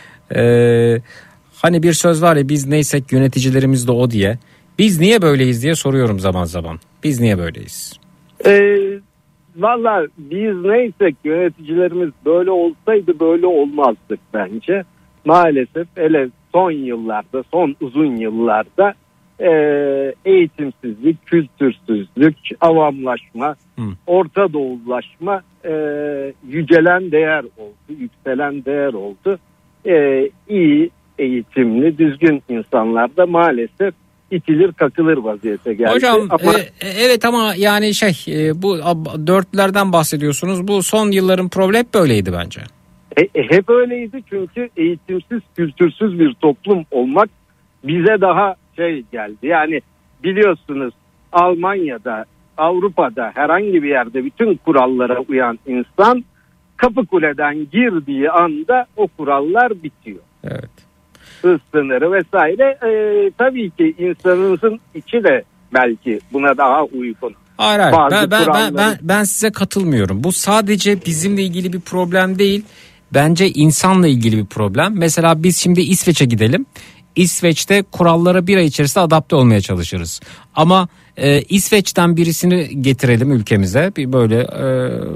E, hani bir söz var ya, biz neysek yöneticilerimiz de o diye. Biz niye böyleyiz diye soruyorum zaman zaman. Biz niye böyleyiz? E, Valla biz neysek yöneticilerimiz böyle olsaydı böyle olmazdık bence. Maalesef hele son yıllarda, son uzun yıllarda e, eğitimsizlik, kültürsüzlük, avamlaşma, Hı. Orta Doğulaşma e, yücelen değer oldu, yükselen değer oldu. E, iyi eğitimli, düzgün insanlar da maalesef itilir kakılır vaziyete geldi. Hocam ama... e, evet ama yani şey e, bu dörtlerden bahsediyorsunuz. Bu son yılların problemi hep böyleydi bence. E, e, hep öyleydi çünkü eğitimsiz, kültürsüz bir toplum olmak bize daha şey geldi. Yani biliyorsunuz Almanya'da, Avrupa'da herhangi bir yerde bütün kurallara uyan insan Kapıkule'den girdiği anda o kurallar bitiyor. Evet. Hız sınırı vesaire. Ee, tabii ki insanımızın içi de belki buna daha uygun. Hayır hayır. Ben, ben, ben, ben, ben size katılmıyorum. Bu sadece bizimle ilgili bir problem değil. Bence insanla ilgili bir problem. Mesela biz şimdi İsveç'e gidelim. İsveç'te kurallara bir ay içerisinde adapte olmaya çalışırız. Ama e, İsveç'ten birisini getirelim ülkemize. Bir böyle e,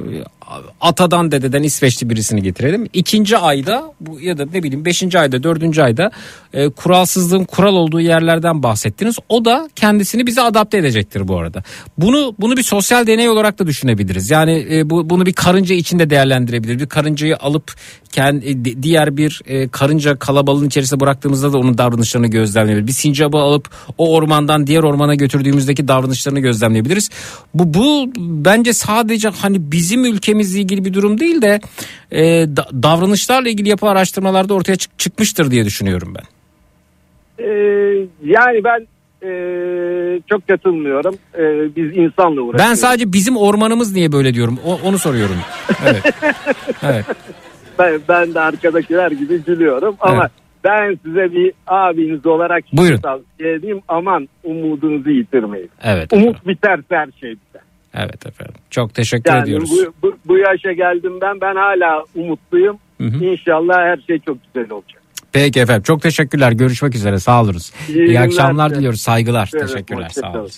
atadan dededen İsveçli birisini getirelim. İkinci ayda bu ya da ne bileyim beşinci ayda dördüncü ayda e, kuralsızlığın kural olduğu yerlerden bahsettiniz. O da kendisini bize adapte edecektir bu arada. Bunu bunu bir sosyal deney olarak da düşünebiliriz. Yani e, bu bunu bir karınca içinde değerlendirebiliriz. Bir karıncayı alıp kendi diğer bir e, karınca kalabalığın içerisinde bıraktığımızda da onun davranışlarını gözlemleyebiliriz. Bir sincabı alıp o ormandan diğer ormana götürdüğümüzdeki davranışlarını gözlemleyebiliriz. Bu bu bence sadece hani bizim ülkemizle ilgili bir durum değil de e, da, davranışlarla ilgili yapılan araştırmalarda ortaya çık, çıkmıştır diye düşünüyorum ben. Ee, yani ben e, çok katılmıyorum. E, biz insanla uğraşıyoruz. Ben sadece bizim ormanımız niye böyle diyorum. O, onu soruyorum. Evet. Evet. Ben, ben de arkadakiler gibi gülüyorum ama evet. Ben size bir abiniz olarak tavsiye edeyim, aman umudunuzu yitirmeyin. Evet. Umut efendim. Biterse her şey biter. Evet efendim. Çok teşekkür yani ediyoruz. Bu, bu, bu yaşa geldim ben. Ben hala umutluyum. Hı hı. İnşallah her şey çok güzel olacak. Peki efendim. Çok teşekkürler. Görüşmek üzere. Sağ oluruz. İyi, İyi akşamlar diliyoruz. Saygılar. Evet, teşekkürler. Sağ olun.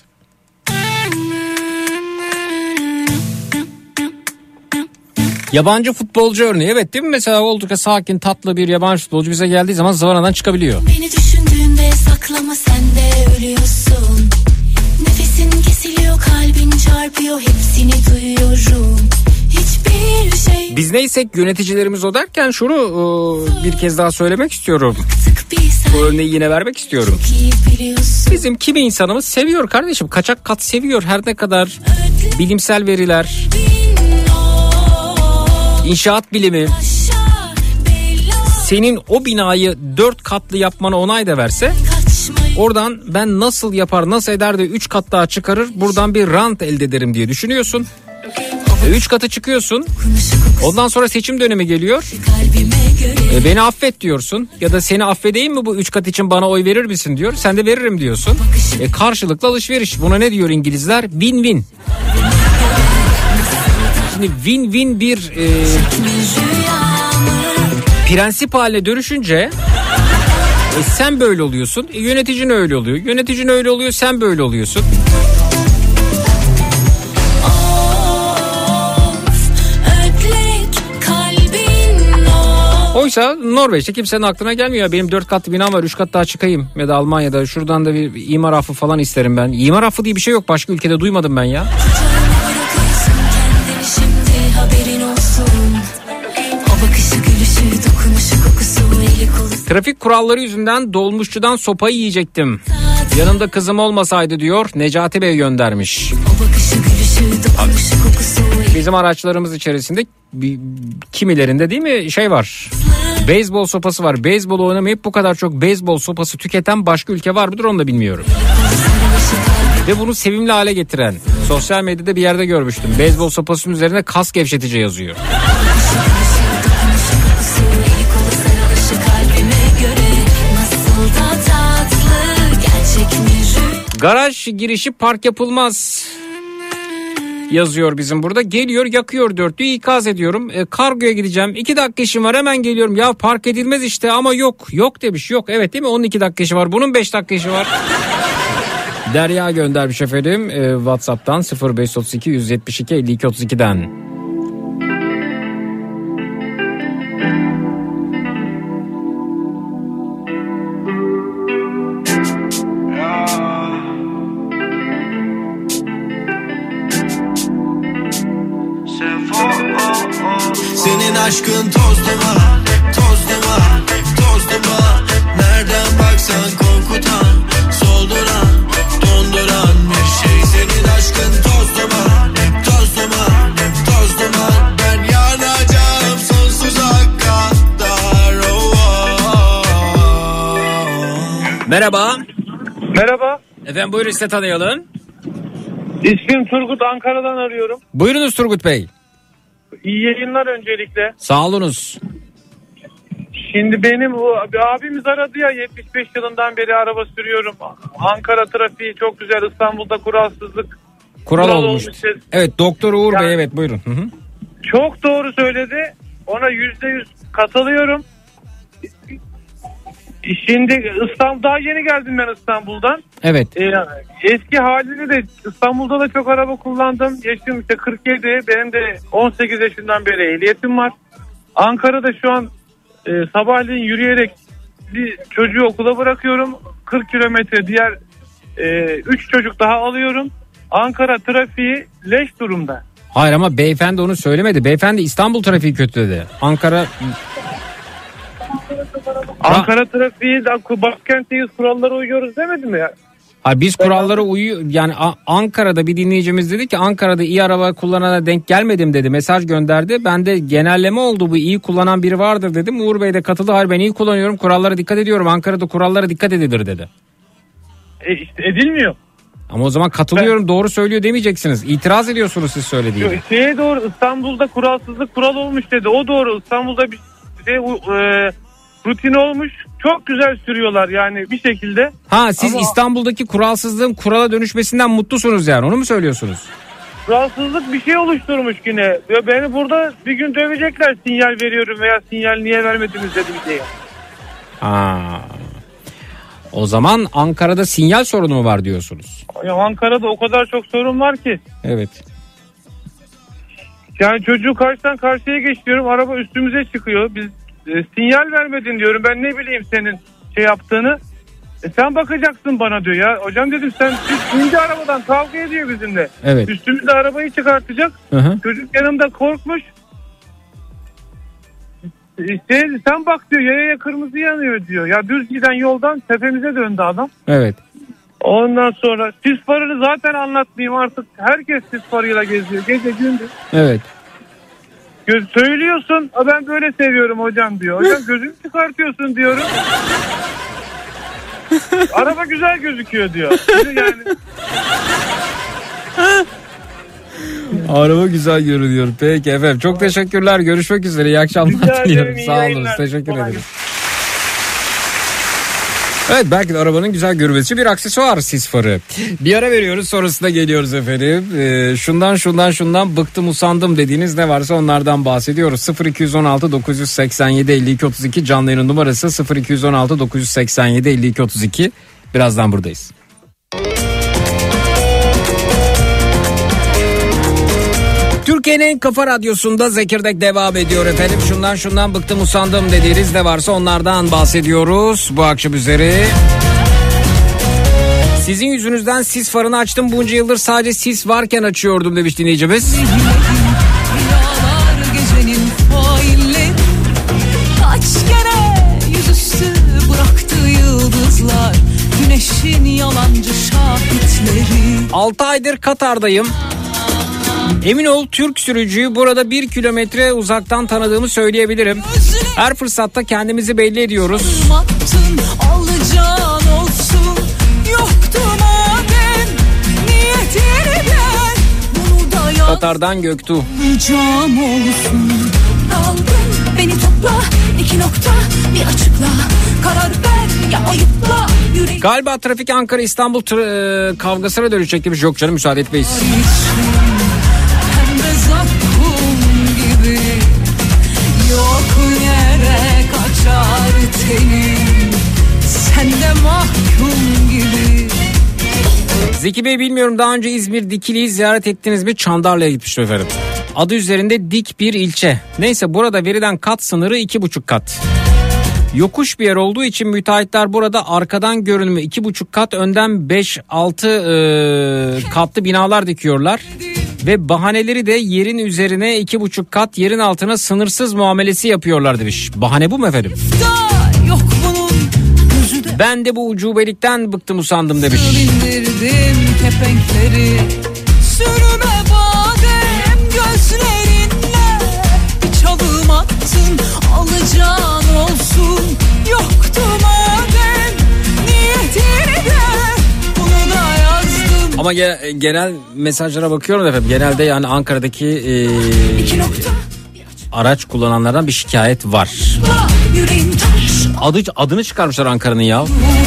Yabancı futbolcu örneği, evet değil mi? Mesela oldukça sakin, tatlı bir yabancı futbolcu bize geldiği zaman zıvanadan çıkabiliyor. Beni düşündüğünde saklama, sen de ölüyorsun. Nefesin kesiliyor, kalbin çarpıyor, hepsini duyuyorum. Hiç bir şey. Biz neysek yöneticilerimiz o derken şunu e, bir kez daha söylemek istiyorum. Tık bir sen Bu örneği yine vermek istiyorum. iyi biliyorsun. Bizim kimi insanımız seviyor kardeşim. Kaçak kat seviyor her ne kadar bilimsel veriler, inşaat bilimi senin o binayı dört katlı yapmana onay da verse, oradan ben nasıl yapar nasıl eder de üç kat daha çıkarır buradan bir rant elde ederim diye düşünüyorsun. E, üç katı çıkıyorsun. Ondan sonra seçim dönemi geliyor. E, beni affet diyorsun. Ya da seni affedeyim mi bu üç kat için bana oy verir misin diyor. Sen de veririm diyorsun. E, karşılıklı alışveriş. Buna ne diyor İngilizler? Win-win. Şimdi win-win bir e, prensip haline dönüşünce e, sen böyle oluyorsun. E, yöneticin öyle oluyor. Yöneticin öyle oluyor. Sen böyle oluyorsun. Oysa Norveç'te kimsenin aklına gelmiyor. Benim dört katlı binam var, üç kat daha çıkayım. Ya da Almanya'da şuradan da bir imar affı falan isterim ben. İmar affı diye bir şey yok. Başka ülkede duymadım ben ya. Trafik kuralları yüzünden dolmuşçudan sopayı yiyecektim. Yanımda kızım olmasaydı diyor, Necati Bey göndermiş. Bizim araçlarımız içerisinde kimilerinde değil mi şey var. Beyzbol sopası var. Beyzbol oynamayıp bu kadar çok beyzbol sopası tüketen başka ülke var mıdır onu da bilmiyorum. Ve bunu sevimli hale getiren sosyal medyada bir yerde görmüştüm. Beyzbol sopasının üzerine kas gevşetici yazıyor. Garaj girişi park yapılmaz yazıyor bizim burada. Geliyor yakıyor dörtlüğü, ikaz ediyorum. E, kargoya gideceğim. iki dakika işim var hemen geliyorum. Ya park edilmez işte ama yok. Yok demiş yok. Evet değil mi? Onun iki dakika işi var. Bunun beş dakika işi var. Derya göndermiş efendim. E, WhatsApp'tan sıfır beş otuz iki yüz yetmiş iki elli iki otuz iki'den. Senin aşkın toz duman, toz duman, toz duman. Nereden baksan korkutan, solduran, donduran bir şey. Senin aşkın toz duman, toz duman, toz duman. Ben yanacağım sonsuza kadar. Oh, oh, oh. Merhaba. Merhaba. Efendim buyurun size tanıyalım. İsmim Turgut, Ankara'dan arıyorum. Buyurunuz Turgut Bey. İyi yayınlar öncelikle. Sağ olunuz. Şimdi benim o bir abimiz aradı ya, yetmiş beş yılından beri araba sürüyorum. Ankara trafiği çok güzel, İstanbul'da kuralsızlık. Kural, Kural olmuş. olmuş. Evet Doktor Uğur Yani- Bey evet buyurun. Hı hı. Çok doğru söyledi. Ona yüzde yüz katılıyorum. Şimdi İstanbul, daha yeni geldim ben İstanbul'dan. Evet. Ee, eski halini de İstanbul'da da çok araba kullandım. Yaşım işte kırk yedi. Benim de on sekiz yaşından beri ehliyetim var. Ankara'da şu an e, sabahleyin yürüyerek bir çocuğu okula bırakıyorum. kırk kilometre diğer üç e, çocuk daha alıyorum. Ankara trafiği leş durumda. Hayır ama beyefendi onu söylemedi. Beyefendi İstanbul trafiği kötü dedi. Ankara... Ankara trafiği başkentteyiz, kurallara uyuyoruz demedi mi ya? Ha, biz kurallara uyuyor yani A- Ankara'da bir dinleyicimiz dedi ki Ankara'da iyi araba kullanana denk gelmedim dedi, mesaj gönderdi. Ben de genelleme oldu, bu iyi kullanan biri vardır dedim. Uğur Bey de katıldı, hayır ben iyi kullanıyorum, kurallara dikkat ediyorum, Ankara'da kurallara dikkat edilir dedi. E işte edilmiyor. Ama o zaman katılıyorum ben... doğru söylüyor demeyeceksiniz, itiraz ediyorsunuz siz söylediğine. Şeye doğru, İstanbul'da kuralsızlık kural olmuş dedi, o doğru. İstanbul'da bir şey e, rutin olmuş. Çok güzel sürüyorlar yani bir şekilde. Ha siz Ama İstanbul'daki kuralsızlığın kurala dönüşmesinden mutlusunuz yani, onu mu söylüyorsunuz? Kuralsızlık bir şey oluşturmuş yine. Ya beni burada bir gün dövecekler, sinyal veriyorum veya sinyal niye vermediniz dedim diye. Ha. O zaman Ankara'da sinyal sorunu mu var diyorsunuz? Ya Ankara'da o kadar çok sorun var ki. Evet. Yani çocuğu karşıdan karşıya geç diyorum, araba üstümüze çıkıyor. Biz e, sinyal vermedin diyorum, ben ne bileyim senin şey yaptığını. E, sen bakacaksın bana diyor ya. Hocam dedim sen indi arabadan, kavga ediyor bizimle. Evet. Üstümüzde arabayı çıkartacak. Hı hı. Çocuk yanımda korkmuş. Şey, sen bak diyor yayaya kırmızı yanıyor diyor. Ya düz giden yoldan tepemize döndü adam. Evet. Ondan sonra sis farını zaten anlatmayayım artık. Herkes sis farıyla geziyor. Gece gündüz. Evet. Göz söylüyorsun. Ben böyle seviyorum hocam diyor. Hocam gözünü çıkartıyorsun diyorum. Araba güzel gözüküyor diyor. Yani... Araba güzel görünüyor. Peki efendim. Çok teşekkürler. Görüşmek üzere. İyi akşamlar diliyorum. Sağ olun. Teşekkür ederim. Evet, belki de arabanın güzel görünmesi bir aksesuar, sis farı. Bir ara veriyoruz, sonrasında geliyoruz efendim. Ee, şundan şundan şundan bıktım usandım dediğiniz ne varsa onlardan bahsediyoruz. sıfır iki on altı dokuz seksen yedi elli iki otuz iki canlı yayın numarası sıfır iki on altı dokuz seksen yedi elli iki otuz iki. Birazdan buradayız. Türkiye'nin en kafa radyosunda Zekirdek devam ediyor efendim. Şundan şundan bıktım usandım dediğiniz ne varsa onlardan bahsediyoruz bu akşam üzeri. Sizin yüzünüzden sis farını açtım, bunca yıldır sadece sis varken açıyordum demiş dinleyicimiz. Gecenin failleri kaç kere yüzüstü bıraktı yıldızlar, güneşin yalancı şahitleri. altı aydır Katar'dayım. Emin ol Türk sürücüyü burada bir kilometre uzaktan tanıdığımı söyleyebilirim. Her fırsatta kendimizi belli ediyoruz. Alacağın olsun, yoktu madem niyetini ver, bunu da yaz. Katar'dan Göktuğ. Alacağım olsun. Aldım beni topla, iki nokta bir açıkla, karar ver ya ayıpla yüreği. Galiba trafik Ankara İstanbul tra- kavgasına dönüşecek gibi. Yok canım, müsaade etmeyiz. Yok yere kaçar tenim, sen de mahkum gibi. Zeki Bey, bilmiyorum daha önce İzmir Dikili'yi ziyaret ettiniz mi? Çandarlı'ya gitmiştim efendim. Adı üzerinde dik bir ilçe. Neyse, burada verilen kat sınırı iki buçuk kat. Yokuş bir yer olduğu için müteahhitler burada arkadan görünümü iki buçuk kat, önden beş altı e, katlı binalar dikiyorlar. Ve bahaneleri de yerin üzerine iki buçuk kat, yerin altına sınırsız muamelesi yapıyorlar demiş. Bahane bu mu efendim? Yok bunun gözü de. Ben de bu ucubelikten bıktım usandım demiş. İndirdim kepenkleri, sürüme badem gözlerinle, bir çalım attın alacağın olsun, yoktu madem niyetini de, bunu da yazdım. Ama ge- genel mesajlara bakıyorum efendim. Genelde yani Ankara'daki e, araç kullananlardan bir şikayet var. Adı, adını çıkarmışlar Ankara'nın ya.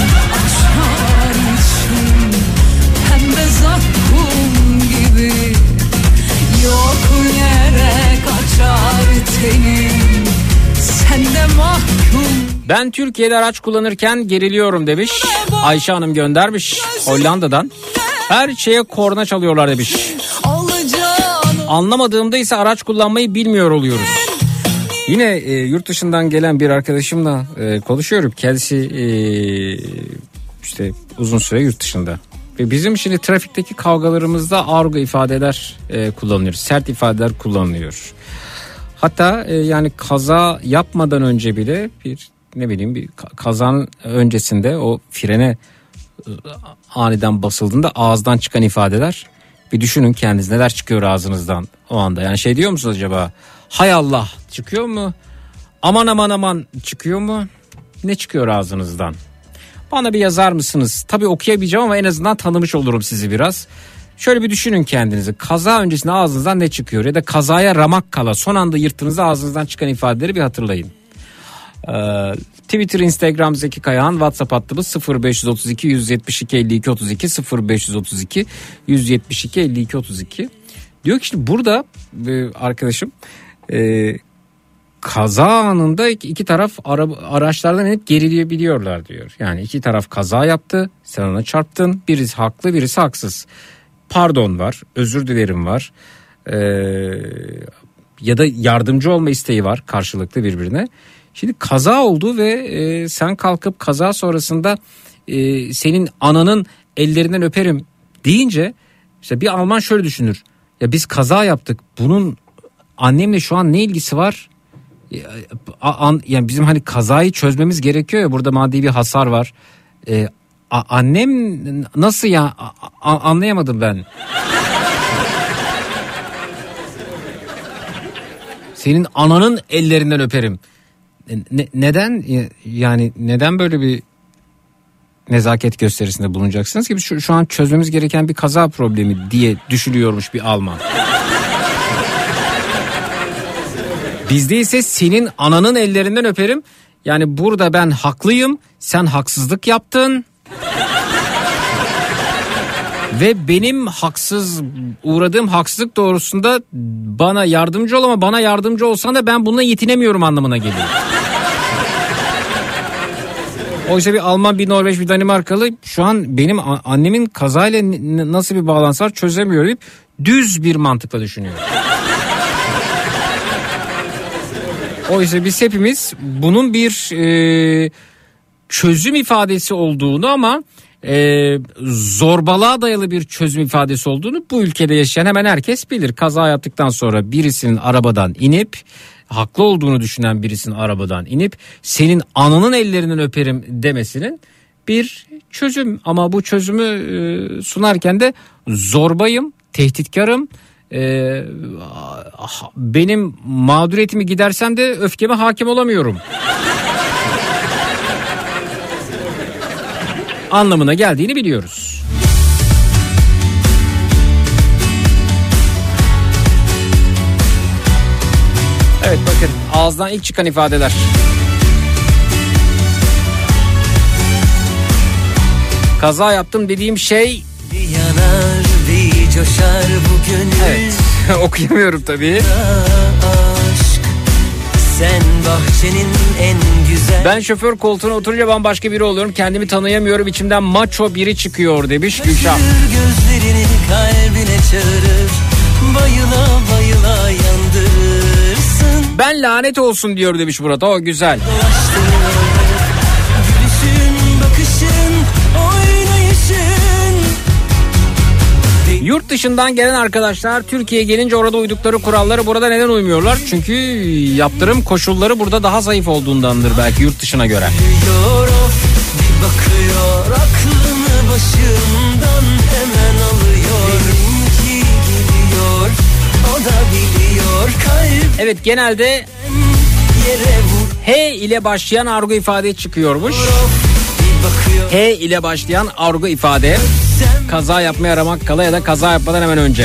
Pembe zakkum gibi, yok yere kaçar tenim, sen de mahkum. Ben Türkiye'de araç kullanırken geriliyorum demiş. Ayşe Hanım göndermiş Hollanda'dan. Her şeye korna çalıyorlar demiş. Anlamadığımda ise araç kullanmayı bilmiyor oluyoruz. Yine e, yurt dışından gelen bir arkadaşımla e, konuşuyorum. Kendisi e, işte uzun süre yurt dışında. Ve bizim şimdi trafikteki kavgalarımızda argo ifadeler e, kullanıyoruz. Sert ifadeler kullanılıyor. Hatta e, yani kaza yapmadan önce bile bir ne bileyim bir kazanın öncesinde o frene aniden basıldığında ağızdan çıkan ifadeler, bir düşünün kendiniz neler çıkıyor ağzınızdan o anda. Yani şey diyor musunuz acaba, hay Allah çıkıyor mu, aman aman aman çıkıyor mu, ne çıkıyor ağzınızdan? Bana bir yazar mısınız? Tabii okuyamayacağım ama en azından tanımış olurum sizi biraz. Şöyle bir düşünün kendinizi, kaza öncesinde ağzınızdan ne çıkıyor, ya da kazaya ramak kala son anda yırttığınızda ağzınızdan çıkan ifadeleri bir hatırlayın. Ee, Twitter, Instagram Zeki Kayahan, WhatsApp hattımız sıfır beş otuz iki yüz yetmiş iki elli iki otuz iki sıfır beş otuz iki yüz yetmiş iki elli iki otuz iki. Diyor ki işte burada e, arkadaşım e, kaza anında iki taraf ara, araçlardan hep gerileyebiliyorlar diyor. Yani iki taraf kaza yaptı, sen ona çarptın, birisi haklı birisi haksız. Pardon var, özür dilerim var, e, ya da yardımcı olma isteği var karşılıklı birbirine. Şimdi kaza oldu ve e, sen kalkıp kaza sonrasında e, senin ananın ellerinden öperim deyince, işte bir Alman şöyle düşünür. Ya biz kaza yaptık, bunun annemle şu an ne ilgisi var? an, yani bizim hani kazayı çözmemiz gerekiyor ya, burada maddi bir hasar var. Ee, a, annem nasıl ya, a, a, anlayamadım ben. Senin ananın ellerinden öperim. Ne, neden yani neden böyle bir nezaket gösterisinde bulunacaksınız ki? Şu, şu an çözmemiz gereken bir kaza problemi diye düşünüyormuş bir Alman. Bizde ise senin ananın ellerinden öperim. Yani burada ben haklıyım, sen haksızlık yaptın. Ve benim haksız uğradığım haksızlık doğrusunda bana yardımcı ol, ama bana yardımcı olsan da ben bununla yetinemiyorum anlamına geliyor. Oysa bir Alman, bir Norveç, bir Danimarkalı şu an benim annemin kazayla nasıl bir bağlantısı var çözemiyor deyip düz bir mantıkla düşünüyor. Oysa biz hepimiz bunun bir e, çözüm ifadesi olduğunu, ama e, zorbalığa dayalı bir çözüm ifadesi olduğunu bu ülkede yaşayan hemen herkes bilir. Kaza yaptıktan sonra birisinin arabadan inip, haklı olduğunu düşünen birisinin arabadan inip senin ananın ellerinden öperim demesinin bir çözüm, ama bu çözümü e, sunarken de zorbayım, tehditkarım. Ee, benim mağduriyetimi gidersem de öfkeme hakim olamıyorum anlamına geldiğini biliyoruz. Evet, bakın ağızdan ilk çıkan ifadeler. Kaza yaptım dediğim şey bir yanar bir coşar bu gönül. Evet. Okuyamıyorum tabii. Aşk, sen bahçenin en güzel. Ben şoför koltuğuna oturunca bambaşka biri oluyorum. Kendimi tanıyamıyorum. İçimden maço biri çıkıyor demiş Gülşah. Gözlerini kalbine çağırır. Bayıla bayıla yandırırsın. Ben lanet olsun diyor demiş Murat. O güzel. Gülüşün, bakışın, oynayışın. Yurt dışından gelen arkadaşlar Türkiye'ye gelince orada uydukları kuralları burada neden uymuyorlar? Çünkü yaptırım koşulları burada daha zayıf olduğundandır belki yurt dışına göre. Bir bakıyor aklımı başımdan hemen alıyor. Benimki geliyor, o da biliyor kalp. Evet, genelde H ile başlayan argo ifade çıkıyormuş. H ile başlayan argo ifade kaza yapmaya aramak kala ya da kaza yapmadan hemen önce.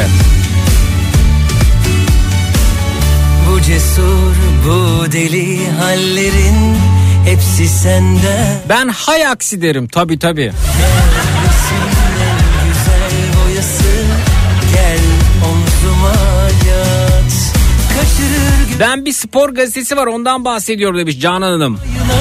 Bu cesur, bu deli hallerin hepsi sende. Ben hay aksi derim tabii tabii. Güzel boyası, gel omzuma yat. Kaçırır. Ben bir spor gazetesi var ondan bahsediyorum demiş Canan Hanım.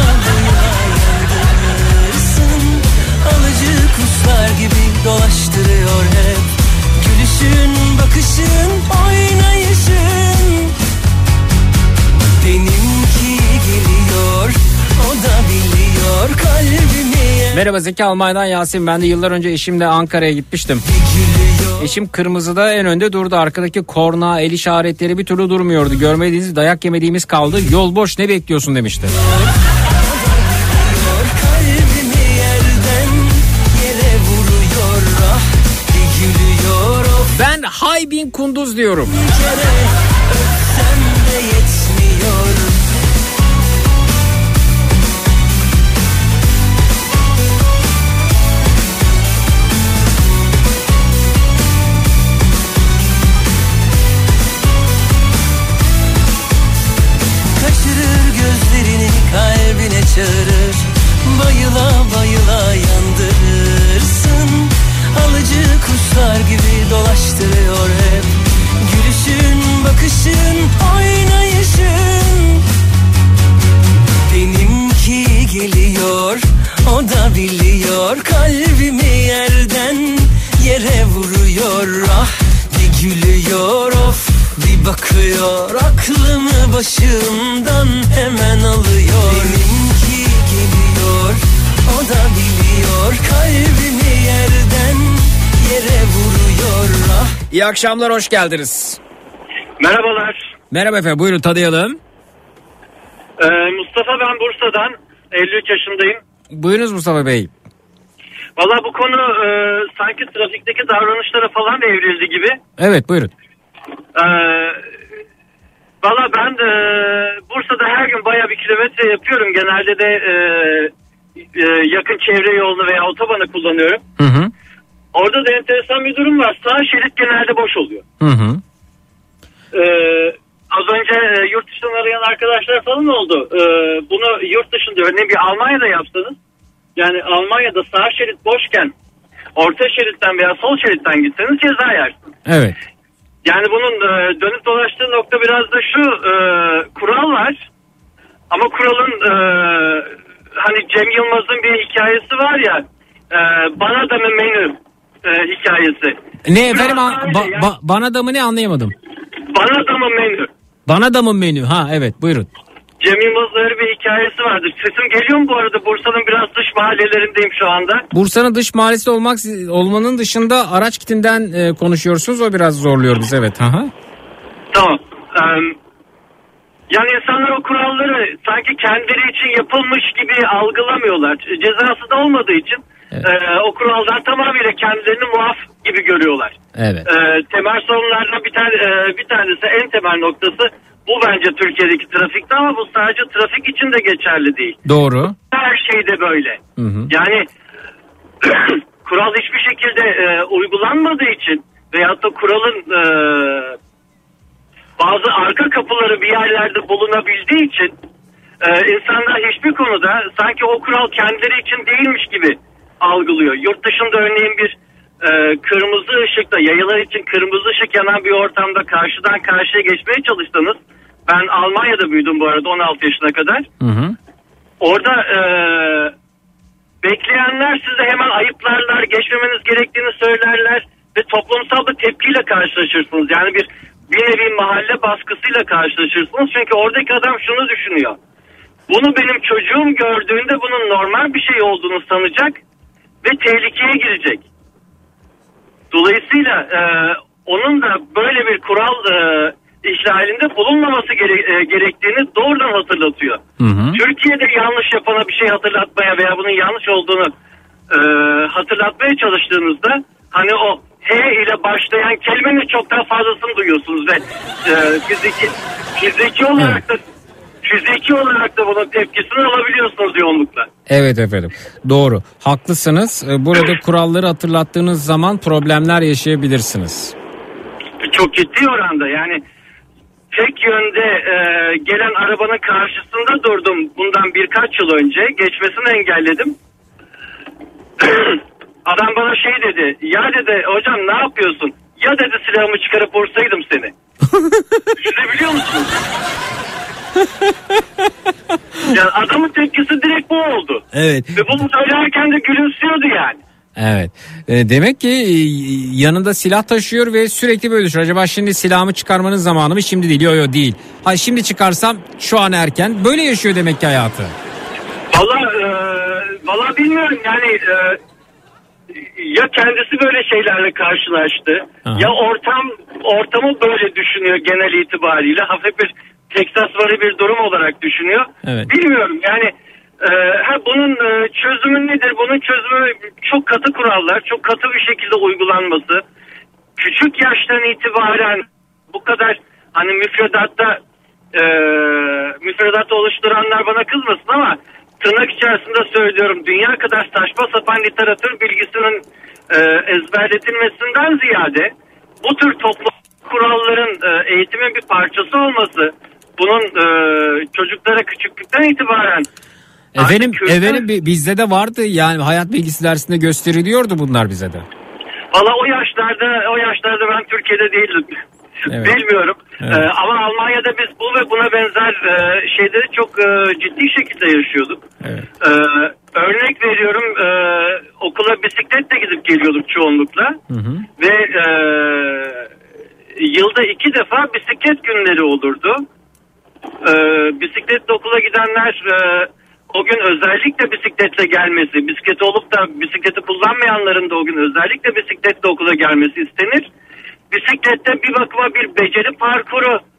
Gibi dolaştırıyor hep. Gülüşün, bakışın, oynayışın. Benimki geliyor, o da biliyor kalbimi. Merhaba, Zeki Almanya'dan Yasin. Ben de yıllar önce eşimle Ankara'ya gitmiştim. Eşim kırmızıda en önde durdu. Arkadaki korna, el işaretleri bir türlü durmuyordu. Görmediğiniz, dayak yemediğimiz kaldı. Yol boş, ne bekliyorsun demişti. Ben Haybin Kunduz diyorum. Kaçırır gözlerini kalbine çağırır. Bayıla bayıla yandırırsın. Alıcı kuşlar gibi dolaştırıyor hep. Gülüşün, bakışın, oynayışın. Benimki geliyor, o da biliyor kalbimi yerden yere vuruyor. Ah, bir gülüyor of, bir bakıyor aklımı başımdan hemen alıyor. Benimki geliyor, o da biliyor kalbimi yerden yere vuruyor. Ah. İyi akşamlar, hoş geldiniz. Merhabalar. Merhaba efendim, buyurun tanıyalım. Ee, Mustafa, ben Bursa'dan, elli üç yaşındayım. Buyurunuz Mustafa Bey. Valla bu konu e, sanki trafikteki davranışlara falan evrildi gibi. Evet, buyurun. Ee, Valla ben e, Bursa'da her gün bayağı bir kilometre yapıyorum. Genelde de e, e, yakın çevre yolunu veya otobanı kullanıyorum. Hı hı. Orada da enteresan bir durum var. Sağ şerit genelde boş oluyor. Hı hı. Ee, az önce e, yurt dışından arayan arkadaşlar falan oldu. Ee, bunu yurt dışında örneğin bir Almanya'da yapsanız, yani Almanya'da sağ şerit boşken orta şeritten veya sol şeritten gitseniz ceza yersiniz. Evet. Yani bunun e, dönüp dolaştığı nokta biraz da şu, e, kural var ama kuralın e, hani Cem Yılmaz'ın bir hikayesi var ya, e, bana da mı menü e, hikayesi. Ne efendim, Biraz ba- öyle yani. ba- bana da mı ne, anlayamadım. Bana da mı menü? Bana da mı menü? Ha evet, buyurun. Cem Yılmaz'ın öyle bir hikayesi vardır. Sesim geliyor mu bu arada? Bursa'nın biraz dış mahallelerindeyim şu anda. Bursa'nın dış mahallesi olmak olmanın dışında araç kitinden e, konuşuyorsunuz. O biraz zorluyor bizi, evet. Aha. Tamam. Ee, yani insanlar o kuralları sanki kendileri için yapılmış gibi algılamıyorlar. Cezası da olmadığı için evet. e, o kuraldan tamamıyla kendilerini muaf gibi görüyorlar. Evet. E, temel sorunlardan bir, tane, e, bir tanesi, en temel noktası bu bence Türkiye'deki trafikte, ama bu sadece trafik için de geçerli değil. Doğru. Her şeyde böyle. Hı hı. Yani kural hiçbir şekilde e, uygulanmadığı için veyahut da kuralın e, bazı arka kapıları bir yerlerde bulunabildiği için e, insanlar hiçbir konuda sanki o kural kendileri için değilmiş gibi algılıyor. Yurt dışında örneğin bir e, kırmızı ışıkta, yayalar için kırmızı ışık yanan bir ortamda karşıdan karşıya geçmeye çalışsanız, ben Almanya'da büyüdüm bu arada on altı yaşına kadar. Hı hı. Orada e, bekleyenler size hemen ayıplarlar, geçmemeniz gerektiğini söylerler ve toplumsal bir tepkiyle karşılaşırsınız. Yani bir bir nevi mahalle baskısıyla karşılaşırsınız. Çünkü oradaki adam şunu düşünüyor: bunu benim çocuğum gördüğünde bunun normal bir şey olduğunu sanacak ve tehlikeye girecek. Dolayısıyla e, onun da böyle bir kural e, ihlalinde bulunmaması gere- e, gerektiğini doğrudan hatırlatıyor. Hı hı. Türkiye'de yanlış yapana bir şey hatırlatmaya veya bunun yanlış olduğunu e, hatırlatmaya çalıştığınızda hani o H ile başlayan kelimenin çok daha fazlasını duyuyorsunuz ve e, fiziki, fiziki olarak da fiziki olarak da bunun tepkisini alabiliyorsunuz yoğunlukla. Evet efendim, doğru, haklısınız. Burada kuralları hatırlattığınız zaman problemler yaşayabilirsiniz. Çok ciddi oranda, yani tek yönde e, gelen arabanın karşısında durdum bundan birkaç yıl önce, geçmesini engelledim. Adam bana şey dedi, ya dedi hocam ne yapıyorsun? Ya dedi silahımı çıkarıp vursaydım seni. Düşünebiliyor musunuz? Yani adamın tepkisi direkt bu oldu. Evet. Ve bunu söylerken de gülümsüyordu yani. Evet. E, demek ki e, yanında silah taşıyor ve sürekli böyle düşünüyor. Acaba şimdi silahımı çıkarmanın zamanı mı? Şimdi değil. Yok yok değil. Ha şimdi çıkarsam şu an erken. Böyle yaşıyor demek ki hayatı. Valla e, valla bilmiyorum yani e, ya kendisi böyle şeylerle karşılaştı. Aha. Ya ortam ortamı böyle düşünüyor genel itibariyle. Hafif bir Teksasvari bir durum olarak düşünüyor. Evet. Bilmiyorum yani e, ha, bunun e, çözümü nedir? Bunun çözümü çok katı kurallar, çok katı bir şekilde uygulanması. Küçük yaştan itibaren bu kadar hani müfredatta e, müfredatı oluşturanlar bana kızmasın ama tırnak içerisinde söylüyorum, dünya kadar saçma sapan literatür bilgisinin e, ezberletilmesinden ziyade bu tür toplum kuralların e, eğitimin bir parçası olması, bunun e, çocuklara küçüklükten itibaren Efendim, kültür... efendim bizde de vardı yani, hayat bilgisi dersinde gösteriliyordu bunlar bize de. Valla o yaşlarda o yaşlarda ben Türkiye'de değildim. Evet. Bilmiyorum. Evet. Ee, ama Almanya'da biz bu ve buna benzer e, şeyleri çok e, ciddi şekilde yaşıyorduk. Evet. Ee, örnek veriyorum, e, okula bisikletle gidip geliyorduk çoğunlukla. Hı hı. Ve e, yılda iki defa bisiklet günleri olurdu. E, bisikletle okula gidenler e, o gün özellikle bisikletle gelmesi, bisikleti olup da bisikleti kullanmayanların da o gün özellikle bisikletle okula gelmesi istenir. Bisiklette bir bakıma bir beceri parkuru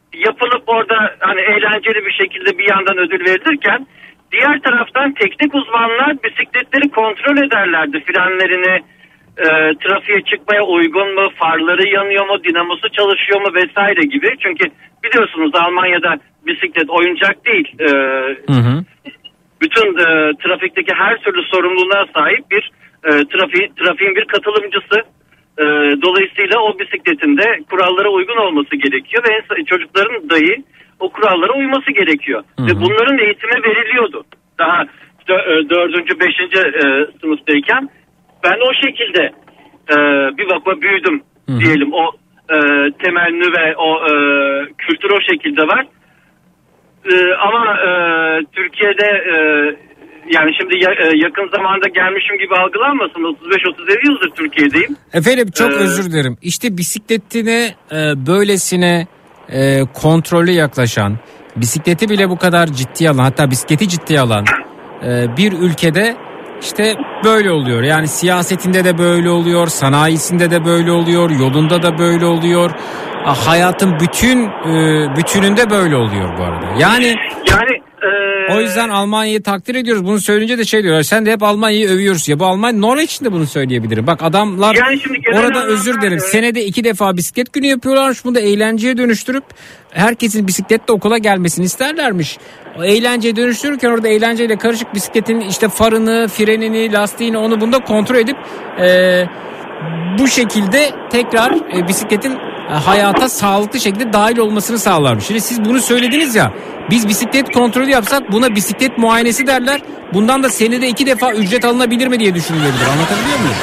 yapılıp orada hani eğlenceli bir şekilde bir yandan ödül verilirken diğer taraftan teknik uzmanlar bisikletleri kontrol ederlerdi. Frenlerini, e, trafiğe çıkmaya uygun mu, farları yanıyor mu, dinamosu çalışıyor mu vesaire gibi. Çünkü biliyorsunuz Almanya'da bisiklet oyuncak değil. E, hı hı. Bütün e, trafikteki her türlü sorumluluğa sahip bir e, trafi, trafiğin bir katılımcısı. E, dolayısıyla o bisikletin de kurallara uygun olması gerekiyor ve çocukların dahi o kurallara uyması gerekiyor. Hı hı. Ve bunların eğitime veriliyordu. Daha dördüncü, beşinci e, sınıftayken ben o şekilde e, bir bakıma büyüdüm hı. diyelim. O e, temelli ve o e, kültür o şekilde var. E, ama e, Türkiye'de e, yani şimdi ya, e, yakın zamanda gelmişim gibi algılanmasın. otuz beş otuz yedi yıldır Türkiye'deyim. Efendim çok ee, özür dilerim. İşte bisikletine e, böylesine e, kontrollü yaklaşan, bisikleti bile bu kadar ciddiye alan, hatta bisikleti ciddiye alan e, bir ülkede işte böyle oluyor. Yani siyasetinde de böyle oluyor, sanayisinde de böyle oluyor, yolunda da böyle oluyor. Hayatın bütün e, bütününde böyle oluyor bu arada. Yani yani e... o yüzden Almanya'yı takdir ediyoruz. Bunu söyleyince de şey diyorlar. Sen de hep Almanya'yı övüyorsun ya. Bu Almanya, Norveç'in de bunu söyleyebilirim. Bak adamlar yani orada özür dilerim. Senede iki defa bisiklet günü yapıyorlarmış. Bunu da eğlenceye dönüştürüp herkesin bisikletle okula gelmesini isterlermiş. O eğlenceye dönüştürürken orada eğlenceyle karışık bisikletin işte farını, frenini, lastiğini onu bunu da kontrol edip e, bu şekilde tekrar e, bisikletin hayata sağlıklı şekilde dahil olmasını sağlarmış. Şimdi siz bunu söylediniz ya, biz bisiklet kontrolü yapsak buna bisiklet muayenesi derler. Bundan da senede iki defa ücret alınabilir mi diye düşünülebilir. Anlatabiliyor muyum?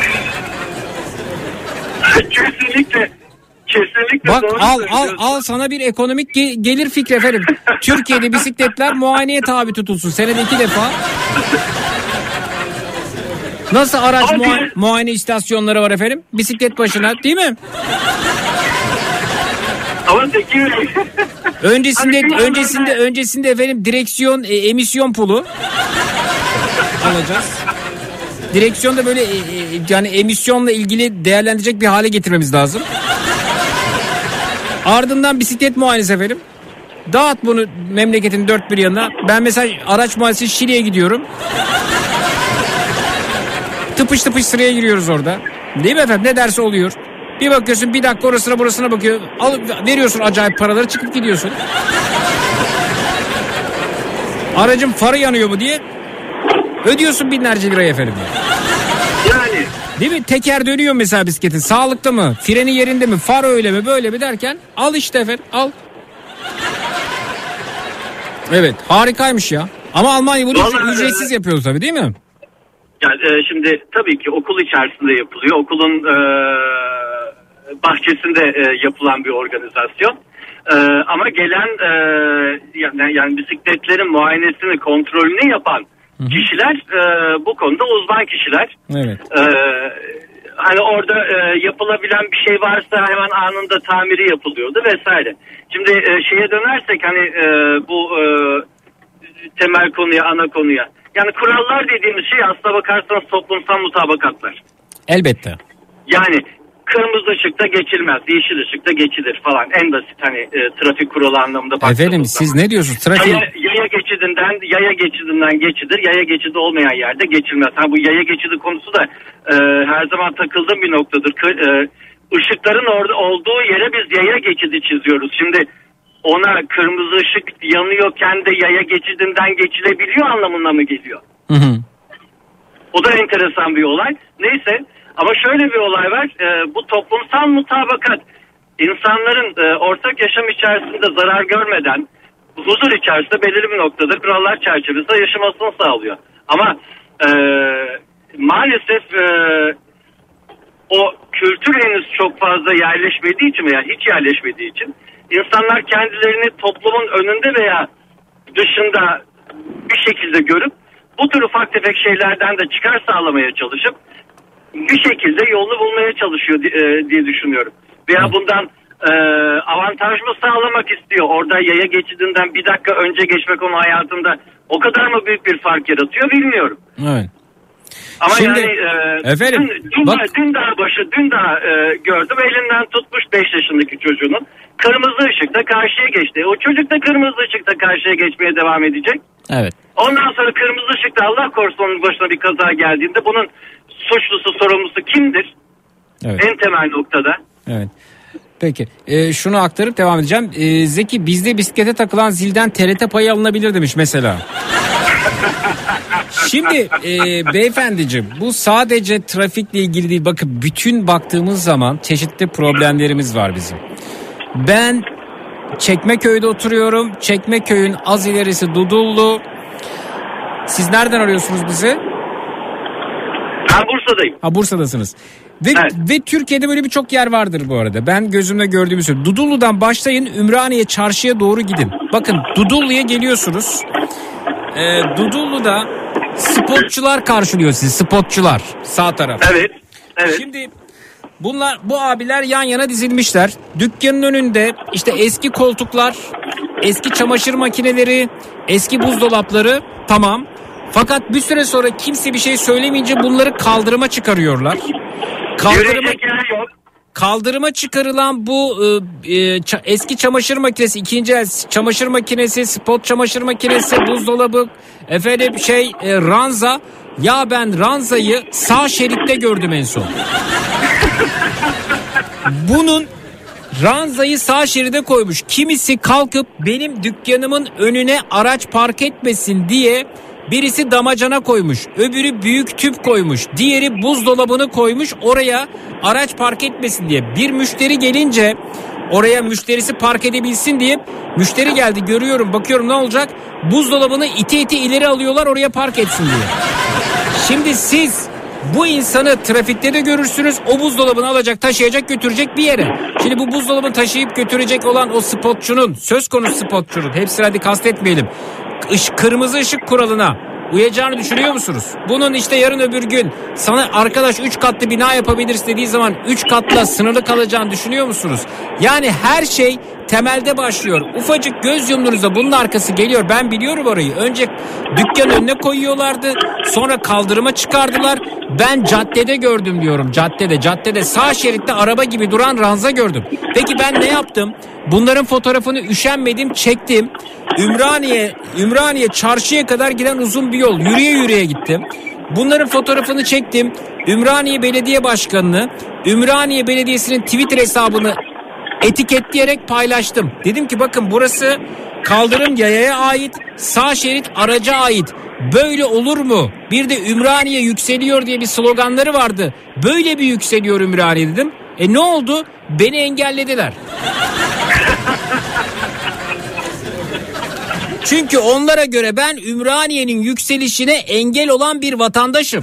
Kesinlikle. Kesinlikle. Bak al al al sana bir ekonomik ge- gelir fikri efendim. Türkiye'de bisikletler muayeneye tabi tutulsun senede iki defa. Nasıl araç muayene, muayene istasyonları var efendim? Bisiklet başına değil mi? Ama zeki Öncesinde öncesinde öncesinde efendim direksiyon e, emisyon pulu alacağız. Direksiyonda böyle e, e, yani emisyonla ilgili değerlendirecek bir hale getirmemiz lazım. Ardından bisiklet muayenesi efendim. Dağıt bunu memleketin dört bir yanına. Ben mesela araç muayenesi Şili'ye gidiyorum. Tıpış tıpış sıraya giriyoruz orada. Değil mi efendim? Ne derse oluyor. Bir bakıyorsun bir dakika orasına burasına bakıyor. Alıp veriyorsun acayip paraları çıkıp gidiyorsun. Aracın farı yanıyor mu diye ödüyorsun binlerce liraya efendim. Yani. Değil mi? Teker dönüyor mesela bisikletin. Sağlıklı mı? Freni yerinde mi? Far öyle mi? Böyle mi derken al işte efendim al. Evet harikaymış ya. Ama Almanya bunu Vallahi ücretsiz yapıyor tabii değil mi? Yani e, şimdi tabii ki okul içerisinde yapılıyor. Okulun e, bahçesinde e, yapılan bir organizasyon. E, ama gelen e, yani, yani bisikletlerin muayenesini, kontrolünü yapan Hı-hı. kişiler e, bu konuda uzman kişiler. Evet. E, hani orada e, yapılabilen bir şey varsa hemen anında tamiri yapılıyordu vesaire. Şimdi e, şeye dönersek hani e, bu e, temel konuya, ana konuya. Yani kurallar dediğimiz şey aslına bakarsanız toplumsal mutabakatlar. Elbette. Yani kırmızı ışıkta geçilmez, yeşil ışıkta geçilir falan. En basit hani e, trafik kuralı anlamında baktığımız Efendim siz ne diyorsunuz? Trafik... Yaya, yaya geçidinden yaya geçidinden geçilir. Yaya geçidi olmayan yerde geçilmez. Ha, bu yaya geçidi konusu da e, her zaman takıldığım bir noktadır. K- e, ışıkların orada olduğu yere biz yaya geçidi çiziyoruz. Şimdi ona kırmızı ışık yanıyorken de yaya geçidinden geçilebiliyor anlamına mı geliyor? Hı hı. O da enteresan bir olay. Neyse ama şöyle bir olay var. E, bu toplumsal mutabakat insanların e, ortak yaşam içerisinde zarar görmeden huzur içerisinde belirli bir noktada kurallar çerçevesinde yaşamasını sağlıyor. Ama e, maalesef e, o kültür henüz çok fazla yerleşmediği için veya hiç yerleşmediği için İnsanlar kendilerini toplumun önünde veya dışında bir şekilde görüp bu tür ufak tefek şeylerden de çıkar sağlamaya çalışıp bir şekilde yolunu bulmaya çalışıyor diye düşünüyorum. Veya bundan e, avantaj mı sağlamak istiyor? Orada yaya geçidinden bir dakika önce geçmek onun hayatında o kadar mı büyük bir fark yaratıyor bilmiyorum. Evet. Ama Şimdi, yani e, efendim, dün, dün, bak- dün daha başı dün daha e, gördüm, elinden tutmuş beş yaşındaki çocuğunun, kırmızı ışıkta karşıya geçti. O çocuk da kırmızı ışıkta karşıya geçmeye devam edecek. Evet. Ondan sonra kırmızı ışıkta Allah korusun onun başına bir kaza geldiğinde bunun suçlusu, sorumlusu kimdir? Evet. En temel noktada. Evet. Peki e, şunu aktarıp devam edeceğim. E, Zeki, bizde bisiklete takılan zilden T R T payı alınabilir demiş mesela. Şimdi e, beyefendiciğim, bu sadece trafikle ilgili değil. Bakın, bütün baktığımız zaman çeşitli problemlerimiz var bizim. Ben Çekmeköy'de oturuyorum. Çekmeköy'ün az ilerisi Dudullu. Siz nereden arıyorsunuz bizi? Ben Bursa'dayım. Ha, Bursa'dasınız. Ve, Evet. ve Türkiye'de böyle birçok yer vardır bu arada. Ben gözümle gördüğümü söylüyorum. Dudullu'dan başlayın, Ümraniye Çarşı'ya doğru gidin. Bakın, Dudullu'ya geliyorsunuz. Ee, Dudullu'da spotçular karşılıyor sizi. Spotçular sağ taraf. Evet. Evet. Şimdi bunlar, bu abiler yan yana dizilmişler. Dükkanın önünde işte eski koltuklar, eski çamaşır makineleri, eski buzdolapları, tamam. Fakat bir süre sonra kimse bir şey söylemeyince bunları kaldırıma çıkarıyorlar. Kaldırıma, Yürüyecek yer yok. kaldırıma çıkarılan bu e, e, ça- eski çamaşır makinesi, ikinci el çamaşır makinesi, spot çamaşır makinesi, buzdolabı, efendim şey e, ranza. Ya ben ranzayı sağ şeritte gördüm en son. Bunun ranzayı sağ şeride koymuş. Kimisi kalkıp benim dükkanımın önüne araç park etmesin diye birisi damacana koymuş. Öbürü büyük tüp koymuş. Diğeri buzdolabını koymuş oraya araç park etmesin diye. Bir müşteri gelince oraya müşterisi park edebilsin diye, müşteri geldi, görüyorum, bakıyorum ne olacak? Buzdolabını ite ite ileri alıyorlar oraya park etsin diye. Şimdi siz bu insanı trafikte de görürsünüz. O buzdolabını alacak, taşıyacak, götürecek bir yere. Şimdi bu buzdolabını taşıyıp götürecek olan o spotçunun, söz konusu spotçunun, hepsini hadi kastetmeyelim, Iş, kırmızı ışık kuralına uyacağını düşünüyor musunuz? Bunun işte yarın öbür gün sana arkadaş üç katlı bina yapabiliriz dediği zaman üç katla sınırlı kalacağını düşünüyor musunuz? Yani her şey temelde başlıyor. Ufacık göz yumduğunuzda bunun arkası geliyor. Ben biliyorum orayı. Önce dükkan önüne koyuyorlardı. Sonra kaldırıma çıkardılar. Ben caddede gördüm diyorum. Caddede, caddede sağ şeritte araba gibi duran ranza gördüm. Peki ben ne yaptım? Bunların fotoğrafını üşenmedim, çektim. Ümraniye, Ümraniye Çarşı'ya kadar giden uzun bir yol. Yürüye yürüye gittim. Bunların fotoğrafını çektim. Ümraniye Belediye Başkanı'nı, Ümraniye Belediyesi'nin Twitter hesabını etiketleyerek paylaştım. Dedim ki bakın, burası kaldırım yayaya ait, sağ şerit araca ait. Böyle olur mu? Bir de Ümraniye yükseliyor diye bir sloganları vardı. Böyle bir yükseliyor Ümraniye dedim. E ne oldu? Beni engellediler. Çünkü onlara göre ben Ümraniye'nin yükselişine engel olan bir vatandaşım.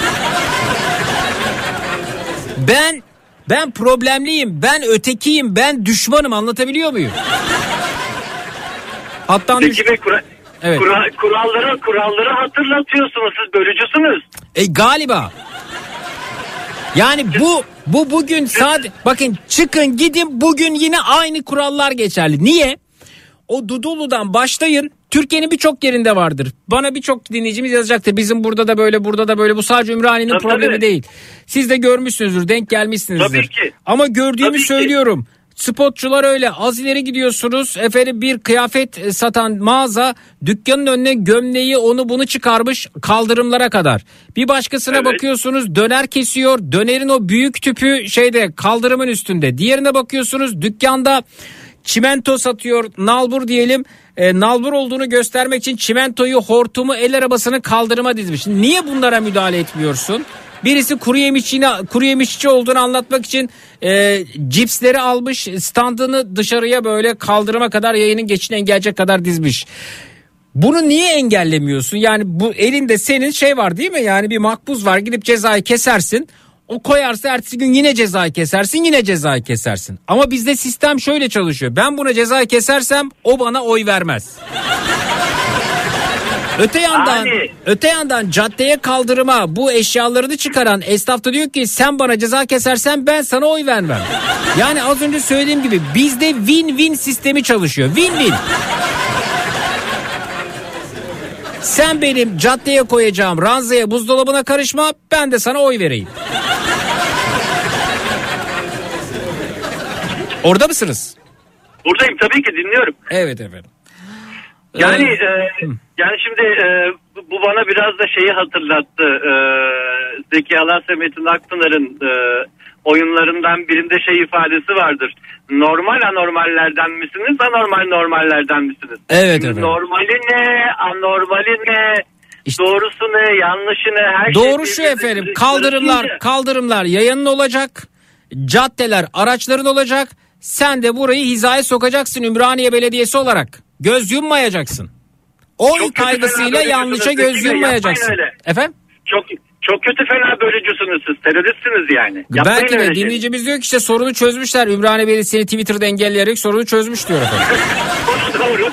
Ben ben problemliyim, ben ötekiyim, ben düşmanım, anlatabiliyor muyum? Hatta Peki Bey, kura- evet. kura- kuralları kuralları hatırlatıyorsunuz, siz bölücüsünüz. E galiba. Yani bu bu bugün sadece bakın, çıkın gidin, bugün yine aynı kurallar geçerli. Niye? O Dudullu'dan başlayın. Türkiye'nin birçok yerinde vardır. Bana birçok dinleyicimiz yazacaktır. Bizim burada da böyle, burada da böyle. Bu sadece Ümraniye'nin Tabii, problemi tabii. değil. Siz de görmüşsünüzdür, denk gelmişsinizdir. Tabii ki. Ama gördüğümü Tabii ki. söylüyorum. Spotçular öyle. Az ileri gidiyorsunuz. Efendim bir kıyafet satan mağaza dükkanın önüne gömleği, onu bunu çıkarmış kaldırımlara kadar. Bir başkasına Evet. bakıyorsunuz, döner kesiyor. Dönerin o büyük tüpü şeyde, kaldırımın üstünde. Diğerine bakıyorsunuz, dükkanda çimento satıyor, nalbur diyelim. E, nalbur olduğunu göstermek için çimentoyu, hortumu, el arabasını kaldırıma dizmiş. Niye bunlara müdahale etmiyorsun? Birisi kuru yemişçi, kuru yemişçi olduğunu anlatmak için e, cipsleri almış, standını dışarıya böyle kaldırıma kadar, yayının geçişini engelleyecek kadar dizmiş. Bunu niye engellemiyorsun? Yani bu elinde senin şey var değil mi? Yani bir makbuz var, gidip cezayı kesersin. O koyarsa ertesi gün yine cezayı kesersin, yine cezayı kesersin. Ama bizde sistem şöyle çalışıyor. Ben buna cezayı kesersem o bana oy vermez. Öte yandan Abi. öte yandan caddeye, kaldırıma bu eşyalarını çıkaran esnaf da diyor ki sen bana ceza kesersen ben sana oy vermem. Yani az önce söylediğim gibi bizde win-win sistemi çalışıyor. Win-win. Sen benim caddeye koyacağım ranzaya, buzdolabına karışma, ben de sana oy vereyim. Orada mısınız? Buradayım tabii ki, dinliyorum. Evet efendim. Yani Ee, e, yani şimdi e, bu bana biraz da şeyi hatırlattı. E, Zeki Alasya, Metin Akpınar'ın e, oyunlarından birinde şey ifadesi vardır. Normal anormallerden misiniz, anormal normallerden misiniz? Evet efendim. Normali ne, anormali ne, işte, doğrusu ne, yanlışı ne, her doğru şey. Şu efendim, kaldırımlar, kaldırımlar yayının olacak, caddeler araçların olacak. Sen de burayı hizaya sokacaksın Ümraniye Belediyesi olarak. Göz yummayacaksın. Oy Çok kaygısıyla yanlışa göz yummayacaksın. Efendim? Çok çok kötü fena bölücüsünüz siz. Teröristsiniz yani. Yapmayın Belki de öyle şey. dinleyicimiz diyor ki işte sorunu çözmüşler. Ümraniye Belediyesi'ni Twitter'da engelleyerek sorunu çözmüş diyor efendim. Doğru.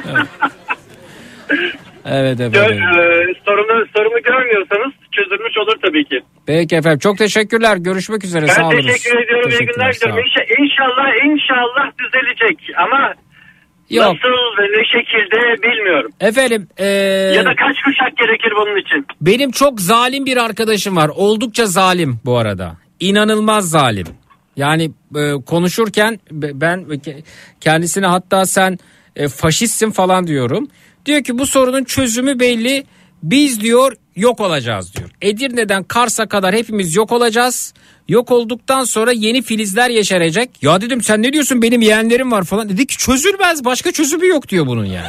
Evet efendim. Gör, e, sorunu, sorunu görmüyorsanız çözülmüş olur tabii ki. Peki efendim, çok teşekkürler. Görüşmek üzere. Ben Sağ olun. teşekkür ediyorum. İyi günler diliyorum. İnşallah, inşallah inşallah düzelecek ama Yok. nasıl ve ne şekilde bilmiyorum. Efendim. Ee... Ya da kaç kuşak gerekir bunun için? Benim çok zalim bir arkadaşım var. Oldukça zalim bu arada. İnanılmaz zalim. Yani e, konuşurken ben kendisine hatta sen e, faşistsin falan diyorum. Diyor ki bu sorunun çözümü belli. Biz diyor yok olacağız diyor. Edirne'den Kars'a kadar hepimiz yok olacağız. Yok olduktan sonra yeni filizler yeşerecek. Ya dedim sen ne diyorsun, benim yeğenlerim var falan. Dedi ki çözülmez, başka çözümü yok diyor bunun yani.